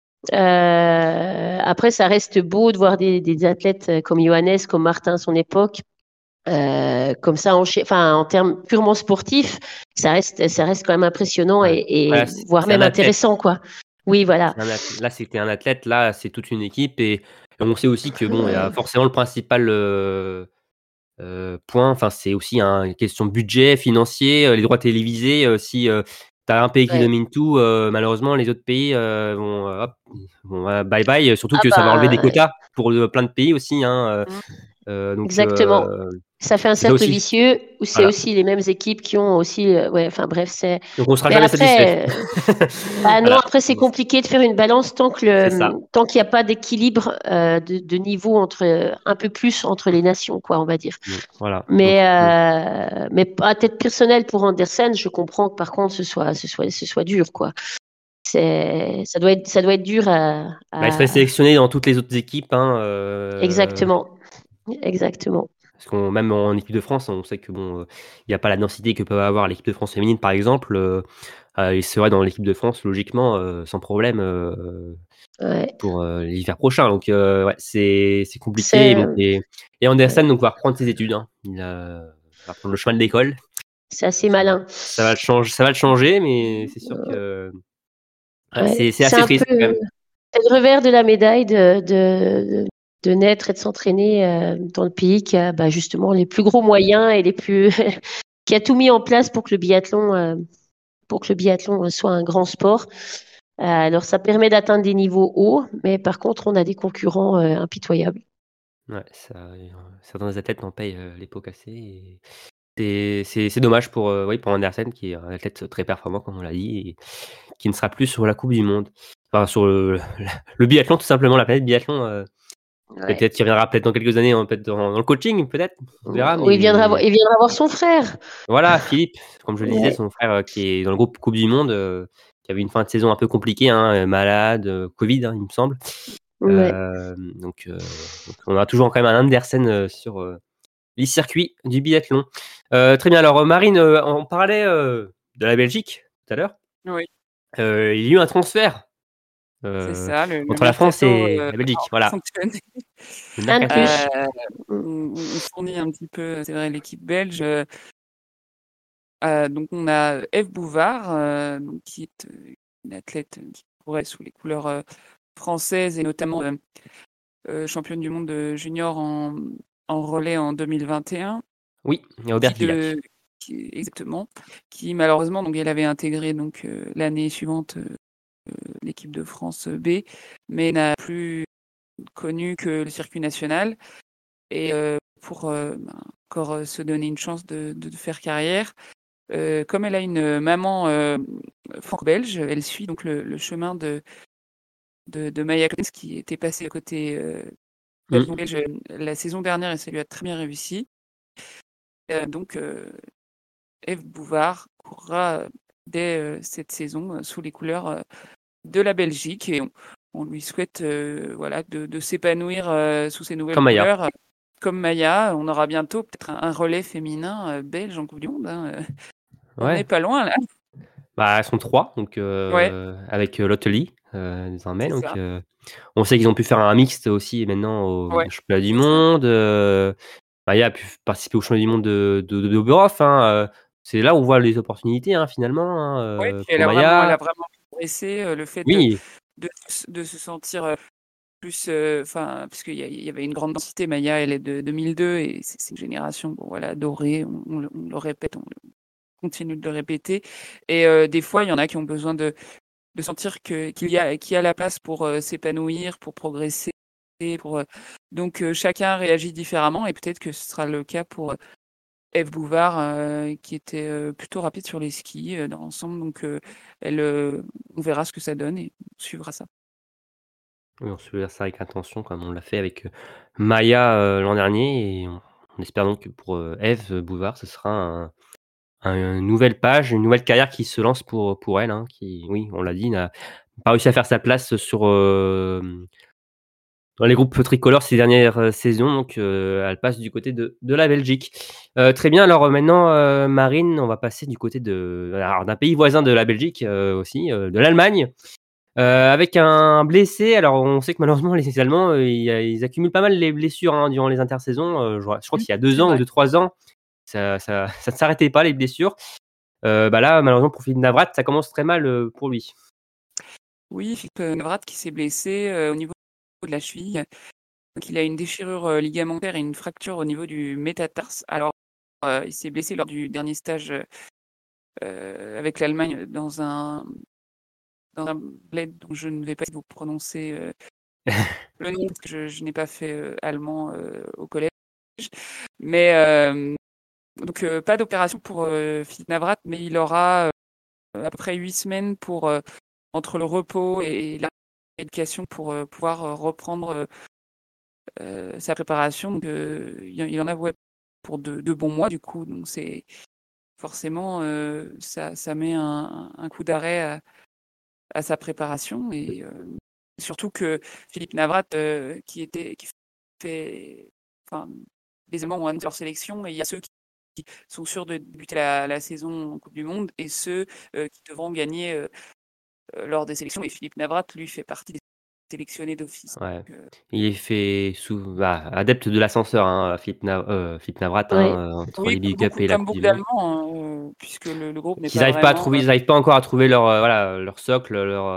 Après, ça reste beau de voir des athlètes comme Johannes, comme Martin à son époque. Comme ça, en termes purement sportifs, ça reste quand même impressionnant et voire même intéressant, quoi. Oui, voilà. Là, c'était un athlète. Là, c'est toute une équipe et on sait aussi que bon, il y a forcément le principal point. Enfin, c'est aussi une question de budget financier, les droits télévisés. Si tu as un pays qui domine tout, malheureusement, les autres pays vont bye bye. Surtout que ça va enlever des quotas pour plein de pays aussi. Donc, exactement. Ça fait un cercle vicieux où c'est aussi les mêmes équipes qui ont aussi. Bref, c'est. Donc on sera jamais satisfait. Non, après c'est compliqué de faire une balance tant qu'il n'y a pas d'équilibre de niveau un peu plus entre les nations, quoi, on va dire. Voilà. Mais à titre personnel pour Andersen, je comprends que par contre ce soit dur, quoi. Ça doit être dur à. Il serait sélectionné dans toutes les autres équipes. Exactement. Parce qu'on même en équipe de France, on sait que il n'y a pas la densité que peut avoir l'équipe de France féminine, par exemple. Il serait dans l'équipe de France logiquement sans problème pour l'hiver prochain. Donc c'est compliqué. Et Andersen donc va reprendre ses études. Il va prendre le chemin de l'école. C'est assez malin. Ça va le changer, mais c'est sûr que c'est assez triste quand même. C'est le revers de la médaille de naître et de s'entraîner dans le pays qui a justement les plus gros moyens et qui a tout mis en place pour que le biathlon soit un grand sport. Alors ça permet d'atteindre des niveaux hauts, mais par contre on a des concurrents impitoyables. Ouais, certains athlètes n'en payent les pots cassés. C'est dommage pour Andersen qui est un athlète très performant comme on l'a dit et qui ne sera plus sur la Coupe du Monde. Enfin sur le biathlon tout simplement, la planète biathlon. Peut-être qu'il reviendra peut-être dans quelques années, peut-être dans le coaching, peut-être. On verra. Il viendra voir son frère. Voilà, Philippe, comme je le disais, son frère qui est dans le groupe Coupe du Monde, qui avait une fin de saison un peu compliquée, malade, Covid, il me semble. Donc, on a toujours quand même un Andersen sur les circuits du biathlon. Très bien. Alors, Marine, on parlait de la Belgique tout à l'heure. Oui. Il y a eu un transfert. C'est ça, entre la France et la Belgique, voilà. On fournit un petit peu, c'est vrai, l'équipe belge. Donc on a Eve Bouvard, qui est une athlète qui courait sous les couleurs françaises et notamment championne du monde junior en relais en 2021. Oui, à Aubervilliers. Exactement. Qui malheureusement, donc elle avait intégré donc l'année suivante l'équipe de France B, mais n'a plus connu que le circuit national. Et pour encore se donner une chance de faire carrière. Comme elle a une maman franco-belge, elle suit donc le chemin de Maya Clemens qui était passée à côté belge la saison dernière et ça lui a très bien réussi. Donc Ève Bouvard courra dès cette saison sous les couleurs de la Belgique et on lui souhaite de s'épanouir sous ces nouvelles couleurs. Comme Maya, on aura bientôt peut-être un relais féminin belge en Coupe du Monde. On n'est pas loin là. Elles sont 3, donc avec Lotte Lee désormais. Donc on sait qu'ils ont pu faire un mixte aussi maintenant au championnat du monde. Maya a pu participer au championnat du monde de Oberhof. C'est là où on voit les opportunités finalement. Elle a vraiment progressé. Le fait de se sentir plus, puisqu'il y avait une grande densité. Maya, elle est de 2002 et c'est une génération dorée. On le répète, on continue de le répéter. Et des fois, il y en a qui ont besoin de sentir qu'il y a la place pour s'épanouir, pour progresser. Donc chacun réagit différemment et peut-être que ce sera le cas pour Ève Bouvard qui était plutôt rapide sur les skis dans l'ensemble. Donc on verra ce que ça donne et on suivra ça. Oui, on suivra ça avec attention comme on l'a fait avec Maya l'an dernier et on espère donc que pour Ève Bouvard ce sera une nouvelle page, une nouvelle carrière qui se lance pour elle, qui, oui, on l'a dit, n'a pas réussi à faire sa place sur dans les groupes tricolores ces dernières saisons, donc elle passe du côté de la Belgique. Très bien, alors maintenant, Marine, on va passer du côté d'un pays voisin de la Belgique aussi, de l'Allemagne, avec un blessé. Alors on sait que malheureusement les Allemands, ils accumulent pas mal les blessures durant les intersaisons. Je crois qu'il y a 2 ans ou 3 ans, ça ne s'arrêtait pas les blessures. Là, malheureusement pour Philippe Navrat, ça commence très mal pour lui. Oui, Philippe Navrat qui s'est blessé au niveau de la cheville. Donc, il a une déchirure ligamentaire et une fracture au niveau du métatarse. Alors, il s'est blessé lors du dernier stage avec l'Allemagne dans un bled dont je ne vais pas vous prononcer le nom parce que je n'ai pas fait allemand au collège. Mais donc pas d'opération pour Philippe Navrat, mais il aura à peu près 8 semaines pour entre le repos et la rééducation pour pouvoir reprendre sa préparation. Donc il en a pour 2 bons mois du coup. Donc c'est forcément ça met un coup d'arrêt à sa préparation et surtout que Philippe Navrat qui fait les Allemands ont leur sélection et il y a ceux qui sont sûrs de débuter la saison en Coupe du Monde et ceux qui devront gagner lors des sélections. Et Philippe Navrat, lui, fait partie des sélectionnés d'office. Ouais. Il est fait adepte de l'ascenseur, Philippe Navrat, entre les Big Cup et la Coupe du Monde. Puisque le groupe n'est pas vraiment... Ils n'arrivent pas encore à trouver leur socle,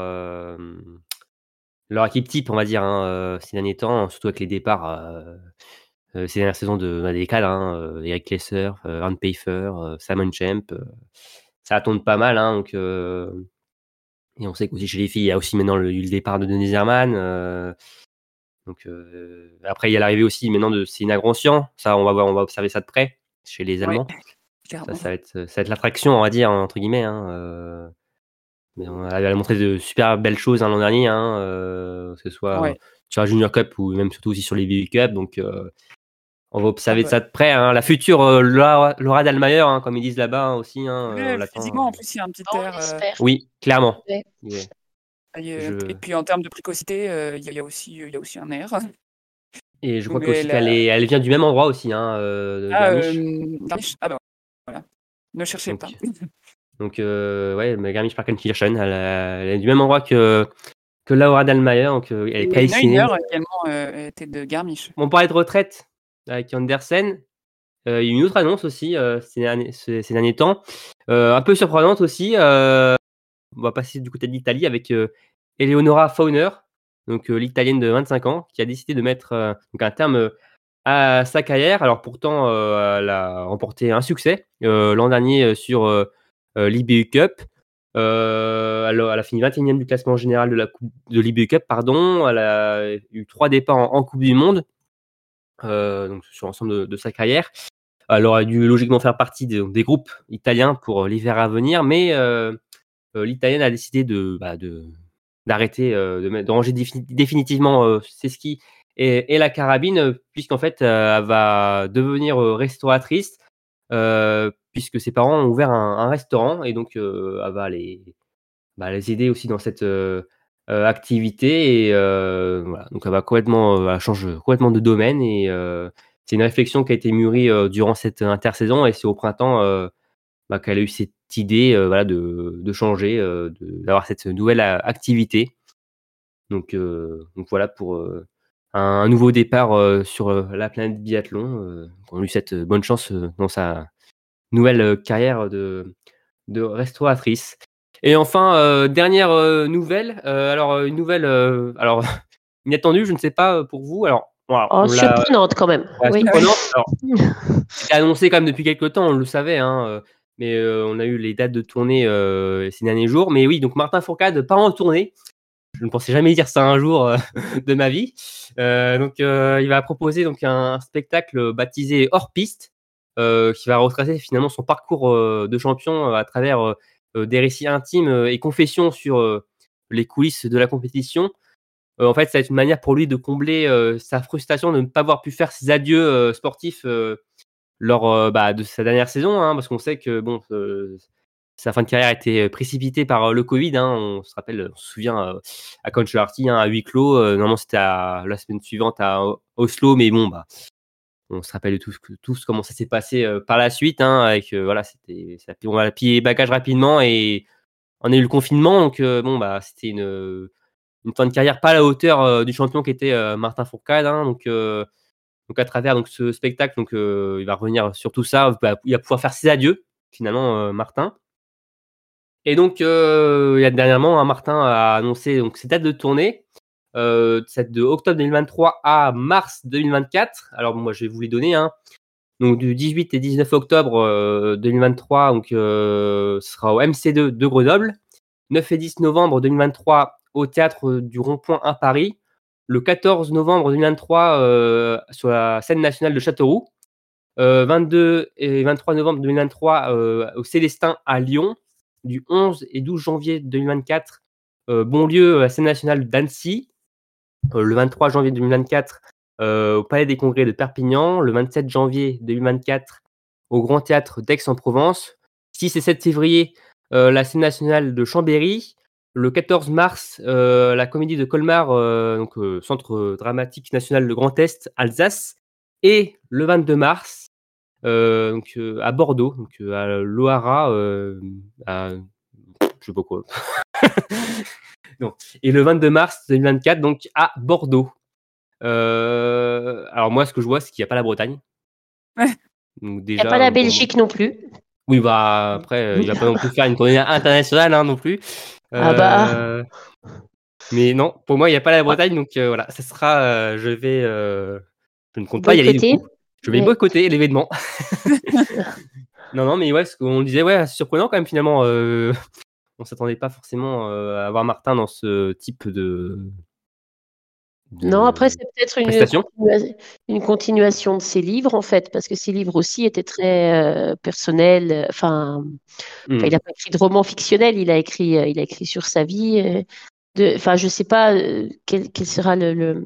leur équipe type, on va dire, ces derniers temps, surtout avec les départs ces dernières saisons des cadres, Eric Lesser, Arne Pfeiffer, Simon Champ, ça tourne pas mal, donc et on sait qu'aussi chez les filles, il y a aussi maintenant le départ de Denise Herrmann. Donc après, il y a l'arrivée aussi maintenant de Céline Groncian. Ça, on va observer ça de près chez les Allemands. Ouais, ça va être l'attraction, on va dire, entre guillemets. Mais elle a montré de super belles choses l'an dernier, que ce soit sur la Junior Cup ou même surtout aussi sur les BU Cup. Donc on va observer ça de près. La future Laura Dahlmeier, comme ils disent là-bas aussi. Physiquement, en plus, il y a un petit air. Oui, clairement. Ouais. Et puis en termes de précocité, il y a aussi un air. Et je crois qu'aussi elle vient du même endroit aussi, Garmisch. Voilà. Ne cherchez pas. Donc mais Garmisch-Partenkirchen, elle est du même endroit que Laura Dahlmeier. Donc elle est prédestinée. Neuner également était de Garmisch. On parlait de retraite avec Andersen. Il y a eu une autre annonce aussi ces derniers temps, un peu surprenante aussi. On va passer du côté de l'Italie avec Eleonora Fauner, donc l'Italienne de 25 ans, qui a décidé de mettre un terme à sa carrière. Alors pourtant, elle a remporté un succès l'an dernier sur l'IBU Cup. Elle a fini 21e du classement général de l'IBU Cup. Elle a eu 3 départs en Coupe du Monde. donc sur l'ensemble de sa carrière. Elle aurait dû logiquement faire partie des groupes italiens pour l'hiver à venir, mais l'italienne a décidé d'arrêter, de ranger définitivement ses skis et la carabine, puisqu'en fait, elle va devenir restauratrice, puisque ses parents ont ouvert un restaurant et donc elle va les aider aussi dans cette activité et voilà. Donc elle change complètement de domaine et c'est une réflexion qui a été mûrie durant cette intersaison et c'est au printemps qu'elle a eu cette idée de changer, d'avoir cette nouvelle activité. Donc voilà pour un nouveau départ sur la planète biathlon. On lui souhaite bonne chance dans sa nouvelle carrière de restauratrice. Et enfin, dernière nouvelle, alors une nouvelle alors inattendue, je ne sais pas pour vous. Alors, voilà, surprenante quand même. Ouais, oui. Surprenante. Alors, c'était annoncé quand même depuis quelques temps, on le savait, hein, mais on a eu les dates de tournée ces derniers jours. Mais oui, donc Martin Fourcade part en tournée. Je ne pensais jamais dire ça un jour de ma vie. Donc, il va proposer donc un spectacle baptisé Hors Piste, qui va retracer finalement son parcours de champion à travers des récits intimes et confessions sur les coulisses de la compétition. En fait, ça va être une manière pour lui de combler sa frustration de ne pas avoir pu faire ses adieux sportifs lors de sa dernière saison, hein, parce qu'on sait que sa fin de carrière a été précipitée par le Covid. Hein, on se souvient à Kontiolahti, à huis clos. Normalement, c'était la semaine suivante à Oslo, mais on se rappelle tous comment ça s'est passé par la suite. Hein, avec on va plier les bagages rapidement et on a eu le confinement, donc c'était une fin de carrière pas à la hauteur du champion qu'était Martin Fourcade. Hein, donc à travers ce spectacle, il va revenir sur tout ça. Il va pouvoir faire ses adieux finalement, Martin. Et donc dernièrement, Martin a annoncé ses dates de tournée, celle de octobre 2023 à mars 2024. Alors moi je vais vous les donner. Hein. Donc du 18 et 19 octobre 2023, ce sera au MC2 de Grenoble. 9 et 10 novembre 2023 au Théâtre du Rond-Point à Paris. Le 14 novembre 2023 sur la scène nationale de Châteauroux. 22 et 23 novembre 2023 au Célestin à Lyon. Du 11 et 12 janvier 2024, Bonlieu à la scène nationale d'Annecy. Le 23 janvier 2024 au Palais des Congrès de Perpignan. Le 27 janvier 2024 au Grand Théâtre d'Aix-en-Provence. 6 et 7 février, la scène nationale de Chambéry. Le 14 mars, la Comédie de Colmar, Centre dramatique national de Grand Est, Alsace. Et le 22 mars, à Bordeaux, à l'Ohara, je sais pas quoi. Non. Et le 22 mars 2024, donc à Bordeaux. Alors moi, ce que je vois, c'est qu'il n'y a pas la Bretagne. Ouais. Il n'y a pas la Belgique non plus. Oui, après, il va pas non plus faire une tournée internationale non plus. Mais non, pour moi, il n'y a pas la Bretagne, donc voilà, ça sera. Je ne compte pas y aller du coup. Je vais boycotter l'événement. Non, mais ouais, ce qu'on disait, c'est surprenant quand même finalement. On s'attendait pas forcément à avoir Martin dans ce type de non, après c'est peut-être une continuation de ses livres en fait, parce que ses livres aussi étaient très personnels. Il n'a pas écrit de roman fictionnel, il a écrit sur sa vie. Je sais pas quel sera le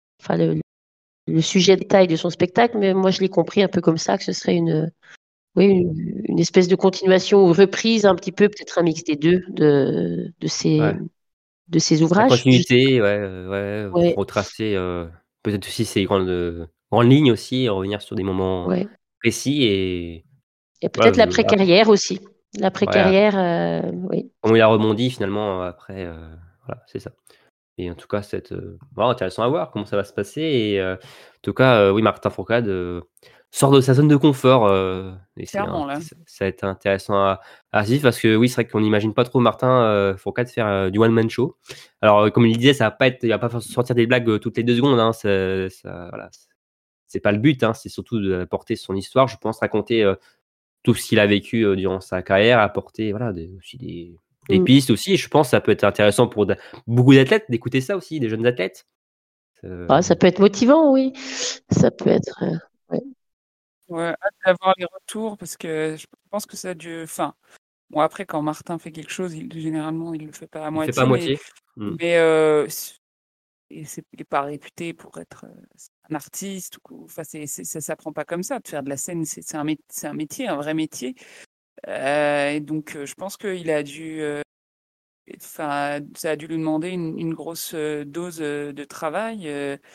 sujet de taille de son spectacle, mais moi je l'ai compris un peu comme ça, que ce serait une espèce de continuation ou reprise un petit peu, peut-être un mix des deux de ces ouvrages. La continuité, retracer peut-être aussi ces grandes lignes aussi, revenir sur des moments précis et peut-être l'après-carrière aussi. L'après-carrière, oui. Comment il a rebondi finalement après, voilà, c'est ça. Et en tout cas, c'est intéressant à voir comment ça va se passer. Et en tout cas, oui, Martin Fourcade sort de sa zone de confort. Et ça va être intéressant à suivre parce que oui, c'est vrai qu'on n'imagine pas trop Martin Fourcade faire du one-man show. Alors, comme il disait, il va pas sortir des blagues toutes les 2 secondes. Hein, c'est pas le but. Hein, c'est surtout d'apporter son histoire. Je pense raconter tout ce qu'il a vécu durant sa carrière, apporter aussi des pistes aussi. Et je pense que ça peut être intéressant pour beaucoup d'athlètes d'écouter ça aussi, des jeunes athlètes. Ça peut être motivant, oui. Ça peut être. Hâte d'avoir les retours parce que je pense que ça a dû. Enfin, bon, après, quand Martin fait quelque chose, généralement, il le fait pas à moitié. Il fait pas à moitié. Mais il n'est pas réputé pour être un artiste. Enfin, ça s'apprend pas comme ça. De faire de la scène, c'est un métier, un vrai métier. Et donc, je pense qu'il a dû. Ça a dû lui demander une grosse dose de travail.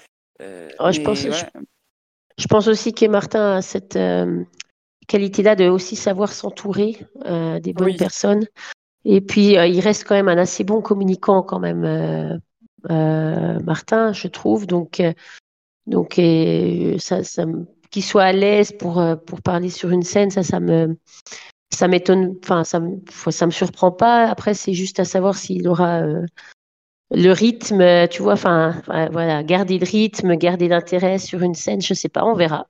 Je pense aussi que Martin a cette qualité-là de aussi savoir s'entourer des bonnes personnes. Et puis, il reste quand même un assez bon communicant quand même, Martin, je trouve. Donc qu'il soit à l'aise pour parler sur une scène, ça m'étonne. Enfin, ça me surprend pas. Après, c'est juste à savoir s'il aura le rythme, tu vois. Enfin, voilà, garder le rythme, garder l'intérêt sur une scène, je sais pas, on verra.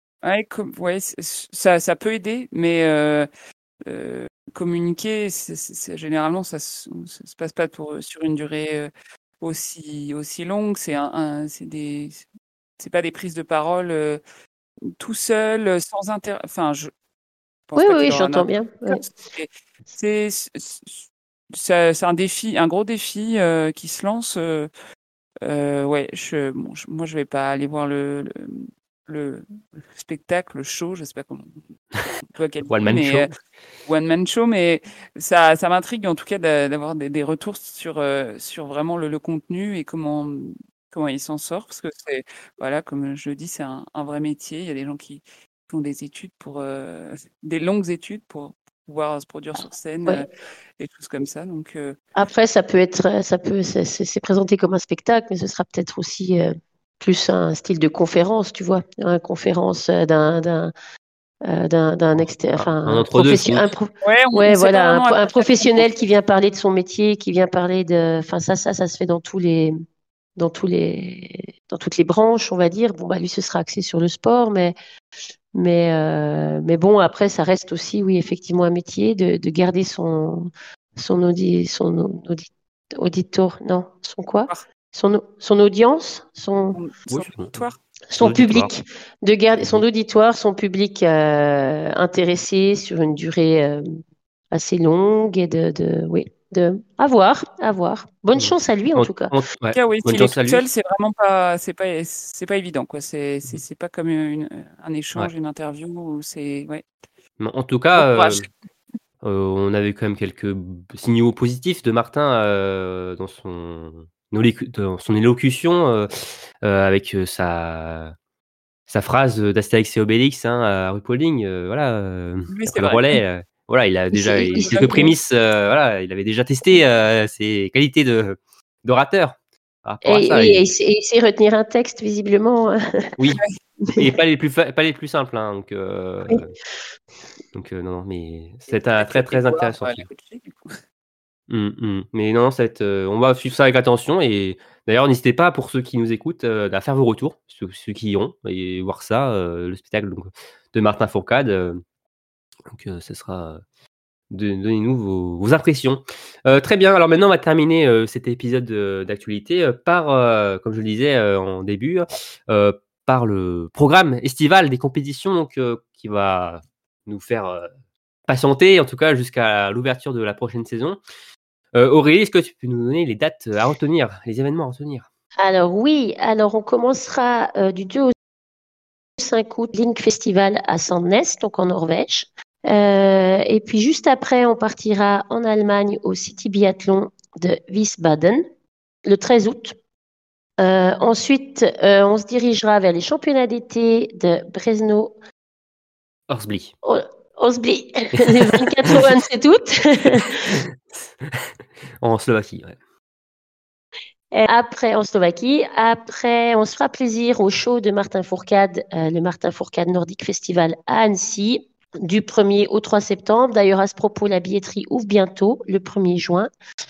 Ça peut aider, mais communiquer, généralement, ça se passe pas sur une durée aussi longue. C'est pas des prises de parole tout seul, sans Enfin, je pense pas oui, j'entends bien. C'est un défi, un gros défi qui se lance. Moi, je vais pas aller voir le spectacle, le show, je sais pas comment on peut qualifier, One Man Show, mais ça m'intrigue en tout cas d'avoir des retours sur vraiment le contenu et comment il s'en sort, parce que c'est, voilà, comme je le dis, c'est un vrai métier. Il y a des gens qui font des études des longues études pour pouvoir se produire sur scène, des choses comme ça. Donc après, c'est présenté comme un spectacle, mais ce sera peut-être aussi plus un style de conférence, tu vois, une conférence d'un professionnel qui vient parler de son métier, qui vient parler de, enfin ça se fait dans toutes les branches, on va dire. Bon, lui, ce sera axé sur le sport, mais bon, après, ça reste aussi, oui, effectivement, un métier de garder son auditoire, non, son audience, son public, de garder son auditoire, son public intéressé sur une durée assez longue et à voir. Bonne chance à lui en tout cas. S'il est tout seul, c'est vraiment pas, c'est pas évident, quoi. C'est pas comme un échange, une interview. En tout cas, on avait quand même quelques signaux positifs de Martin dans son élocution avec sa phrase d'Astérix et Obélix à RuPauling, après le relais. Voilà, il a déjà quelques prémices. Il avait déjà testé ses qualités d'orateur. Il sait retenir un texte visiblement. Oui, et pas les plus simples. Donc non, mais c'est très très intéressant. Mais non, on va suivre ça avec attention. Et d'ailleurs, n'hésitez pas, pour ceux qui nous écoutent, à faire vos retours, ceux qui iront, et voir ça, le spectacle de Martin Fourcade. Donc, ce sera. Donnez-nous vos impressions. Très bien. Alors maintenant, on va terminer cet épisode d'actualité par, comme je le disais en début, par le programme estival des compétitions, donc, qui va nous faire patienter, en tout cas jusqu'à l'ouverture de la prochaine saison. Aurélie, est-ce que tu peux nous donner les dates à retenir, les événements à retenir? Alors oui, on commencera du 2 au 5 août, Link Festival à Sandnes, donc en Norvège. Et puis juste après, on partira en Allemagne au City Biathlon de Wiesbaden le 13 août. Ensuite, on se dirigera vers les championnats d'été de Brezno. Horsbly. Osbly, le 24 au 27 août. En Slovaquie, ouais. Après, en Slovaquie. Après, on se fera plaisir au show de Martin Fourcade, le Martin Fourcade Nordic Festival à Annecy, du 1er au 3 septembre. D'ailleurs, à ce propos, la billetterie ouvre bientôt, le 1er juin.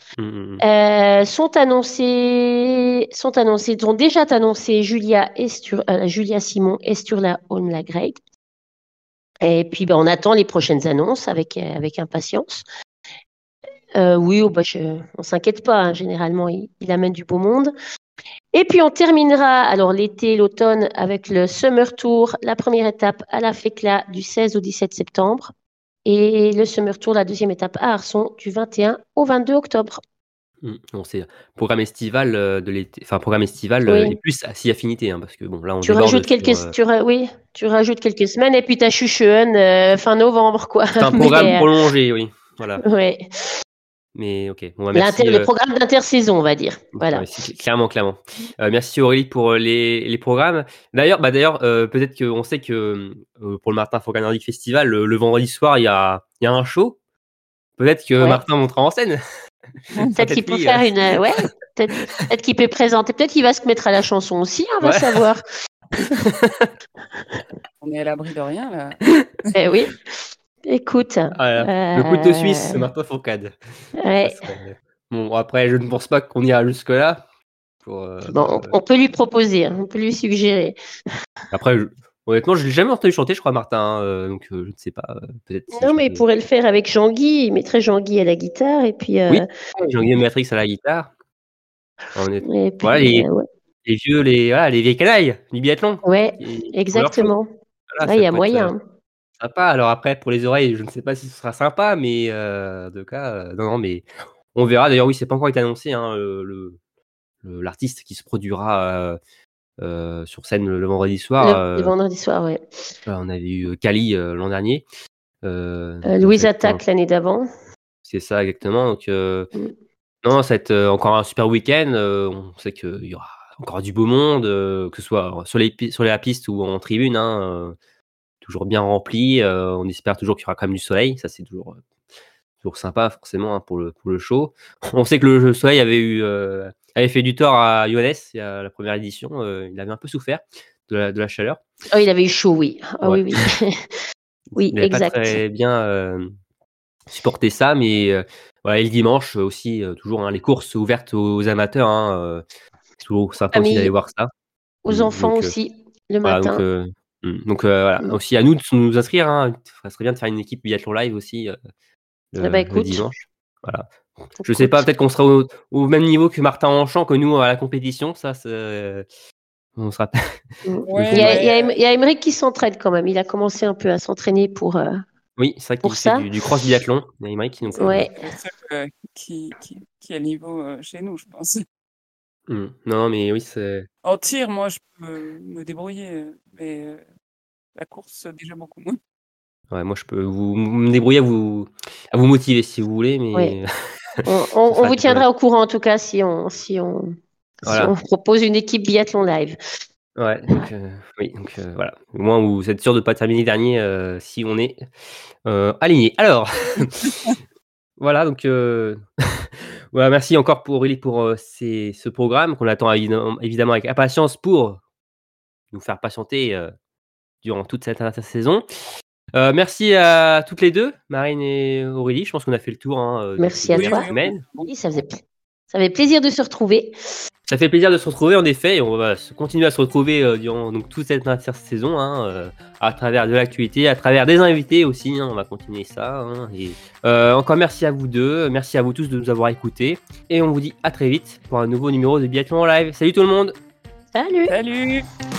Sont déjà annoncés Julia Simon et Sturla Holmlagreid. Et puis, on attend les prochaines annonces avec impatience. Oui, on s'inquiète pas. Généralement, il amène du beau monde. Et puis on terminera alors l'été, l'automne avec le Summer Tour, la première étape à la FECLA du 16 au 17 septembre et le Summer Tour, la deuxième étape à Arson du 21 au 22 octobre. On sait programme estival de l'été, enfin programme estival et plus si affinité, hein, parce que bon là on tu rajoutes quelques semaines et puis t'as Schuchen fin novembre quoi. C'est un programme prolongé, oui, voilà. Ouais. Mais ok, merci. Le programme d'intersaison, on va dire. Voilà. Ouais, clairement. Merci Aurélie pour les programmes. D'ailleurs, peut-être qu'on sait que pour le Martin Fourcade Nordic Festival, le vendredi soir, il y a un show. Peut-être que Martin montera en scène. Peut-être qu'il peut faire peut-être qu'il peut présenter. Peut-être qu'il va se mettre à la chanson aussi. On va savoir. On est à l'abri de rien là. Oui. Écoute. Le couteau suisse, Martin Fourcade. Ouais. Bon, après, je ne pense pas qu'on ira jusque-là. On peut lui proposer, on peut lui suggérer. Après, honnêtement, je ne l'ai jamais entendu chanter, je crois, Martin. Donc, je ne sais pas. Peut-être. Non, mais il pourrait le faire avec Jean-Guy. Il mettrait Jean-Guy à la guitare. Et puis, oui, Jean-Guy et Matrix à la guitare. Voilà, les vieilles canailles du biathlon. Ouais, exactement. Voilà, il y a moyen. Sympa. Alors après, pour les oreilles, je ne sais pas si ce sera sympa, mais en tout cas, non, mais on verra. D'ailleurs, oui, c'est pas encore été annoncé, hein, l'artiste qui se produira sur scène le vendredi soir. Le vendredi soir, ouais. On avait eu Kali l'an dernier. Louise Attaque l'année d'avant. C'est ça, exactement. Donc, non, ça va être encore un super week-end. On sait qu'il y aura encore du beau monde, que ce soit sur la piste ou en tribune. Toujours bien rempli. On espère toujours qu'il y aura quand même du soleil. Ça, c'est toujours sympa, forcément, hein, pour le show. On sait que le soleil avait fait du tort à Johannes il y a la première édition. Il avait un peu souffert de la chaleur. Oh, il avait eu chaud, oui. Oui. Oui, il exact. Pas très bien supporté ça, mais voilà, et le dimanche aussi, toujours les courses ouvertes aux amateurs. C'est toujours sympa aussi d'aller voir ça. Aux enfants aussi, le matin. Donc voilà, aussi à nous de nous inscrire. Ça serait bien de faire une équipe biathlon live aussi le dimanche. Voilà. Je sais pas, peut-être qu'on sera au même niveau que Martin Enchant, que nous à la compétition. Ça, on sera. Il y a Émeric qui s'entraîne quand même. Il a commencé un peu à s'entraîner pour. Oui, c'est vrai qu'il fait du cross biathlon. Il y a Émeric qui nous fait. C'est qui est à niveau chez nous, je pense. Non, mais oui, c'est. En tir, moi, je peux me débrouiller, mais la course, déjà beaucoup moins. Ouais, moi, je peux me débrouiller à vous motiver si vous voulez, mais. Ouais. On vous tiendra au courant en tout cas si on propose une équipe biathlon live. Ouais, donc voilà. Au moins, vous êtes sûr de ne pas terminer dernier si on est aligné. Alors, voilà, donc. Voilà, merci encore pour Aurélie pour ce programme qu'on attend évidemment avec impatience pour nous faire patienter durant toute cette intersaison. Merci à toutes les deux, Marine et Aurélie. Je pense qu'on a fait le tour. Merci à toi. Oui, ça fait plaisir de se retrouver. Ça fait plaisir de se retrouver en effet, et on va continuer à se retrouver durant toute cette intersaison à travers de l'actualité, à travers des invités aussi. On va continuer ça. Et encore merci à vous deux, merci à vous tous de nous avoir écoutés, et on vous dit à très vite pour un nouveau numéro de Biathlon en live. Salut tout le monde. Salut. Salut.